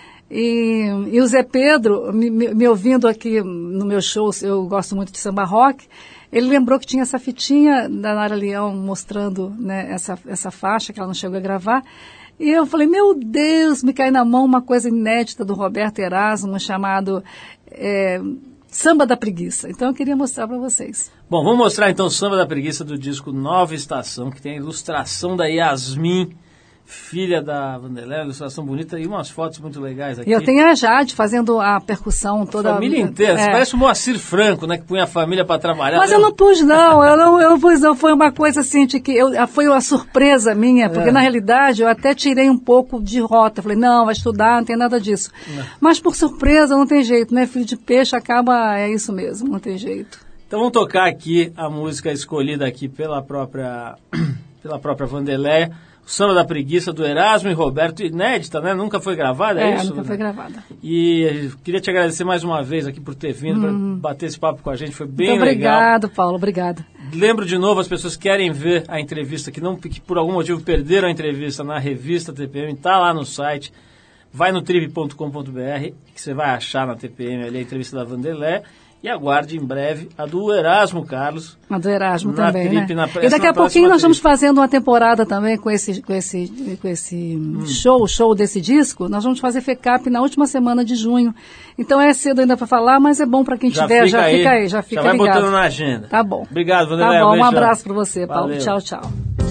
e, e o Zé Pedro, me, me, me ouvindo aqui no meu show, eu gosto muito de samba rock, ele lembrou que tinha essa fitinha da Nara Leão mostrando, né, essa, essa faixa que ela não chegou a gravar. E eu falei, meu Deus, me cai na mão uma coisa inédita do Roberto Erasmo, chamado é, Samba da Preguiça. Então eu queria mostrar para vocês. Bom, vamos mostrar então o Samba da Preguiça do disco Nova Estação, que tem a ilustração da Yasmin, filha da Vanderlei, ilustração bonita e umas fotos muito legais aqui. E eu tenho a Jade fazendo a percussão toda. A família inteira, é. Você parece o Moacir Franco, né, que punha a família para trabalhar. Mas eu não pus não, eu não, eu não pus não, foi uma coisa assim, de que eu, foi uma surpresa minha, porque é. na realidade eu até tirei um pouco de rota, falei, não, vai estudar, não tem nada disso. Não. Mas por surpresa não tem jeito, né, filho de peixe acaba, é isso mesmo, não tem jeito. Então vamos tocar aqui a música escolhida aqui pela própria, pela própria Vanderlei, o Samba da Preguiça do Erasmo e Roberto, inédita, né? Nunca foi gravada, é, é isso? nunca foi gravada. E queria te agradecer mais uma vez aqui por ter vindo, hum. para bater esse papo com a gente, foi bem Muito legal. Obrigado, Paulo, obrigado. Lembro de novo, as pessoas que querem ver a entrevista, que, não, que por algum motivo perderam a entrevista na revista T P M, está lá no site, vai no trip ponto com ponto b r, que você vai achar na T P M ali a entrevista da Vanderlé. E aguarde em breve a do Erasmo Carlos. A do Erasmo também, trip, né? Na, e daqui a pouquinho nós vamos fazendo uma temporada também com esse, com esse, com esse hum. show, show desse disco. Nós vamos fazer F E C A P na última semana de junho. Então é cedo ainda para falar, mas é bom para quem já tiver, fica já aí, fica aí, já fica já vai ligado. botando na agenda. Tá bom. Obrigado, Vanderlei. Tá bom, um, um abraço para você, Paulo. Valeu. Tchau, tchau.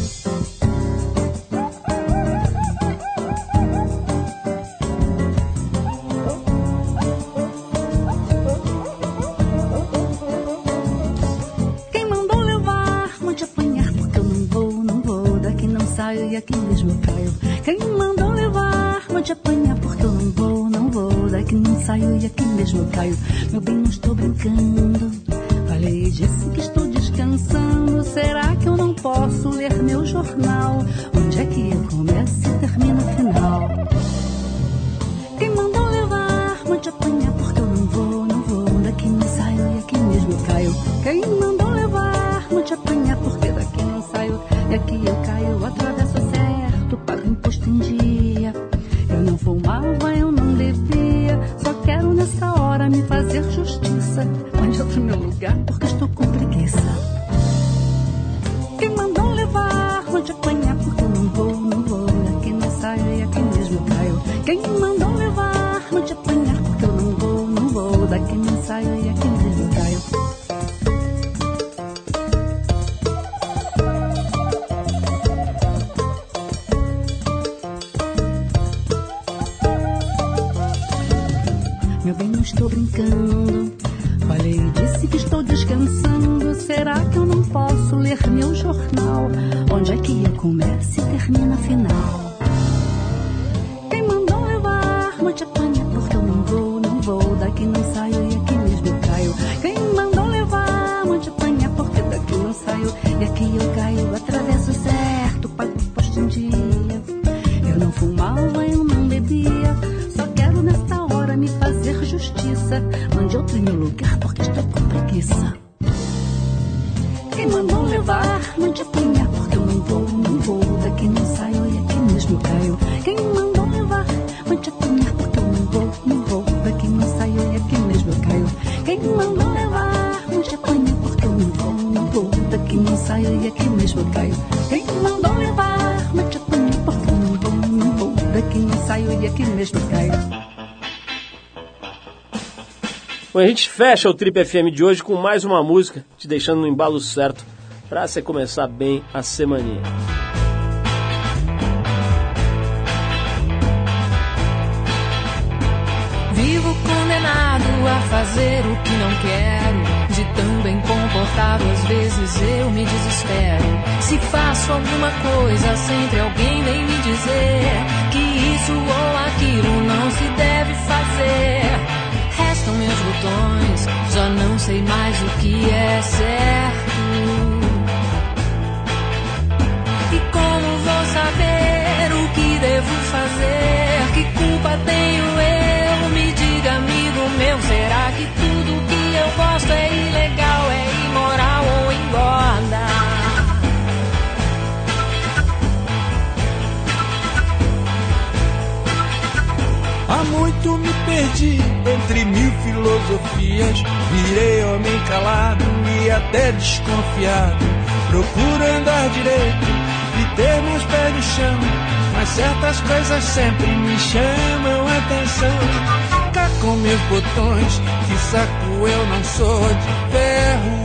E aqui mesmo eu caio. Quem mandou levar, vou te apanhar porque eu não vou, não vou. Daqui não saio e aqui mesmo eu caio. Meu bem, não estou brincando. Falei, disse que estou descansando. Será que eu não posso ler meu jornal? Onde é que eu começo e termino o final? Quem mandou levar, vou te apanhar porque eu não vou, não vou. Daqui não saio e aqui mesmo eu caio. Quem mandou levar, vou te apanhar porque daqui não saio e aqui eu caio. Atravesso certo, pago imposto em dia. Eu não fumava, eu não bebia. Só quero nessa hora me fazer justiça. Onde outro meu lugar, porque estou com preguiça. Quem mandou levar, vou te apanhar porque eu não vou, não vou. Daqui não saio e aqui mesmo eu caio. Quem mandou levar, vou te apanhar porque eu não vou, não vou. Daqui não saio e aqui mesmo eu caio. Meu bem, não estou brincando. Falei, disse que estou descansando. Será que eu não posso ler meu jornal? Onde é que eu começo e termino a final? Quem mandou levar, vou te apanhar porque eu não vou, não vou. Daqui não saio e aqui mesmo eu caio. Quem mandou levar, vou te apanhar porque daqui não saio e aqui eu caio. Atravesso certo, pago posto em dia. Eu não fumava, eu não bebia. Só quero nesta hora me fazer justiça. Mande outro em meu lugar porque estou com preguiça. Quem mandou levar, mande apanhar porque eu não vou, não vou. Daqui não saio e aqui mesmo caio. Quem mandou levar, mande apanhar porque eu não vou, não vou. Daqui não saio e aqui mesmo caio. Quem mandou levar, mande apanhar porque eu não vou, não vou. Daqui não saio e aqui mesmo caio. Quem mandou levar, mande apanhar porque eu não vou, não vou. Daqui não saio e aqui mesmo caio. Bom, a gente fecha o Trip F M de hoje com mais uma música, te deixando no embalo certo para você começar bem a semaninha. Vivo condenado a fazer o que não quero. De tão bem comportado, às vezes eu me desespero. Se faço alguma coisa, sempre alguém vem me dizer que isso ou aquilo não se deve fazer. Restam meus botões, já não sei mais o que é certo. E como vou saber o que devo fazer? Que culpa tenho eu? Me diga, amigo meu, será que tudo que eu gosto é ilegal, é imoral ou engorda? Há muito me perdi entre mil filosofias. Virei homem calado e até desconfiado, procurando andar direito e ter meus pés no chão. Mas certas coisas sempre me chamam a atenção. Cá com meus botões, que saco, eu não sou de ferro.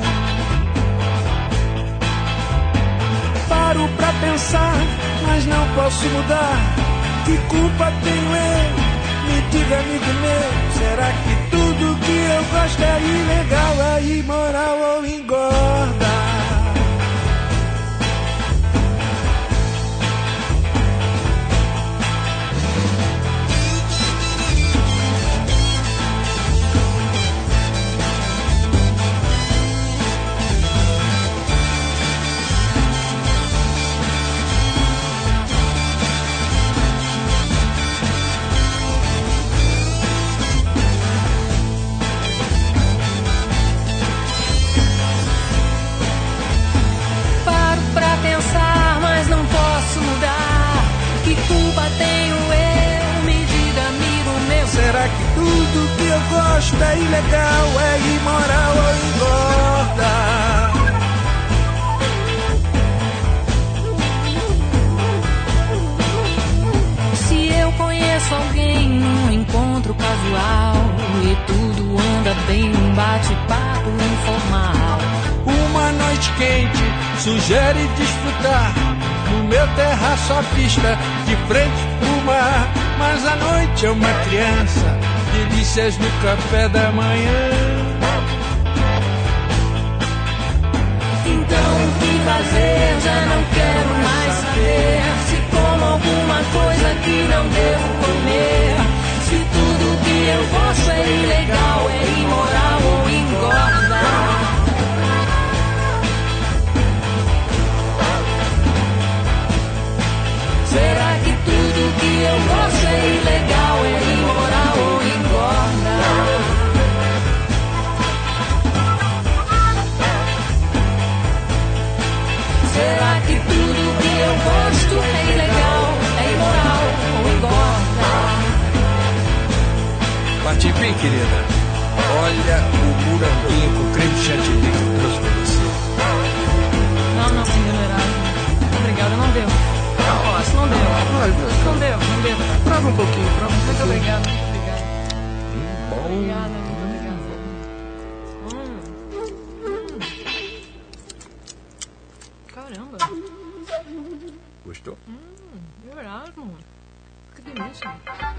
Paro pra pensar, mas não posso mudar. Que culpa tenho eu? Me diga, amigo meu, será que tudo que eu gosto é ilegal, é imoral ou engorda? tudo que eu gosto é ilegal, é imoral ou engorda. Conheço alguém num encontro casual e tudo anda bem num bate-papo informal. Uma noite quente sugere desfrutar no meu terraço à vista de frente pro mar. Mas a noite é uma criança, delícias no café da manhã. Então o que fazer? Já não quero mais saber. Se como alguma coisa que não devo comer. Se tudo que eu gosto é ilegal, é imoral ou engorda. Será que tudo que eu gosto é ilegal, é imoral ou engorda? Será que tudo que eu gosto é ilegal, é imoral ou engorda? Bate bem, querida. Olha o muranguinho com creme chantilly que eu trouxe pra você. Não, não, senhor Erasmo. Obrigada, não deu. Não posso, não deu. Não deu, não deu. Prova um pouquinho, prova um pouquinho. Muito obrigada, muito obrigada. Hum, bom. Obrigada, muito obrigada. Hum. Hum. Caramba. Gostou? Hum, Erasmo. Que delícia.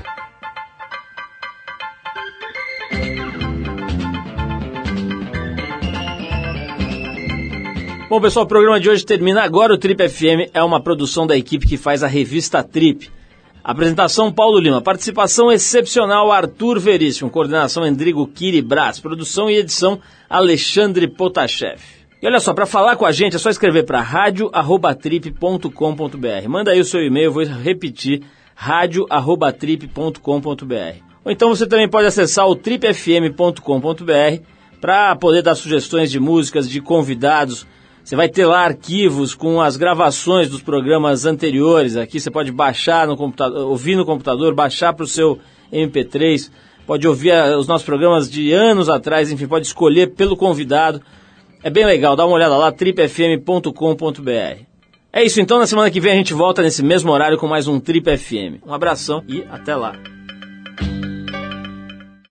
Bom, pessoal, o programa de hoje termina agora. O Trip F M é uma produção da equipe que faz a revista Trip. Apresentação Paulo Lima, participação excepcional Arthur Veríssimo, coordenação Endrigo Kiri Brás, produção e edição Alexandre Potashev. E olha só, para falar com a gente é só escrever para rádio arroba trip ponto com ponto b r. Manda aí o seu e-mail, eu vou repetir, rádio arroba trip ponto com ponto b r. Ou então você também pode acessar o trip f m ponto com ponto b r para poder dar sugestões de músicas, de convidados. Você vai ter lá arquivos com as gravações dos programas anteriores. Aqui você pode baixar no computador, ouvir no computador, baixar para o seu M P três. Pode ouvir os nossos programas de anos atrás, enfim, pode escolher pelo convidado. É bem legal, dá uma olhada lá, trip f m ponto com ponto b r. É isso então, na semana que vem a gente volta nesse mesmo horário com mais um Trip F M. Um abração e até lá.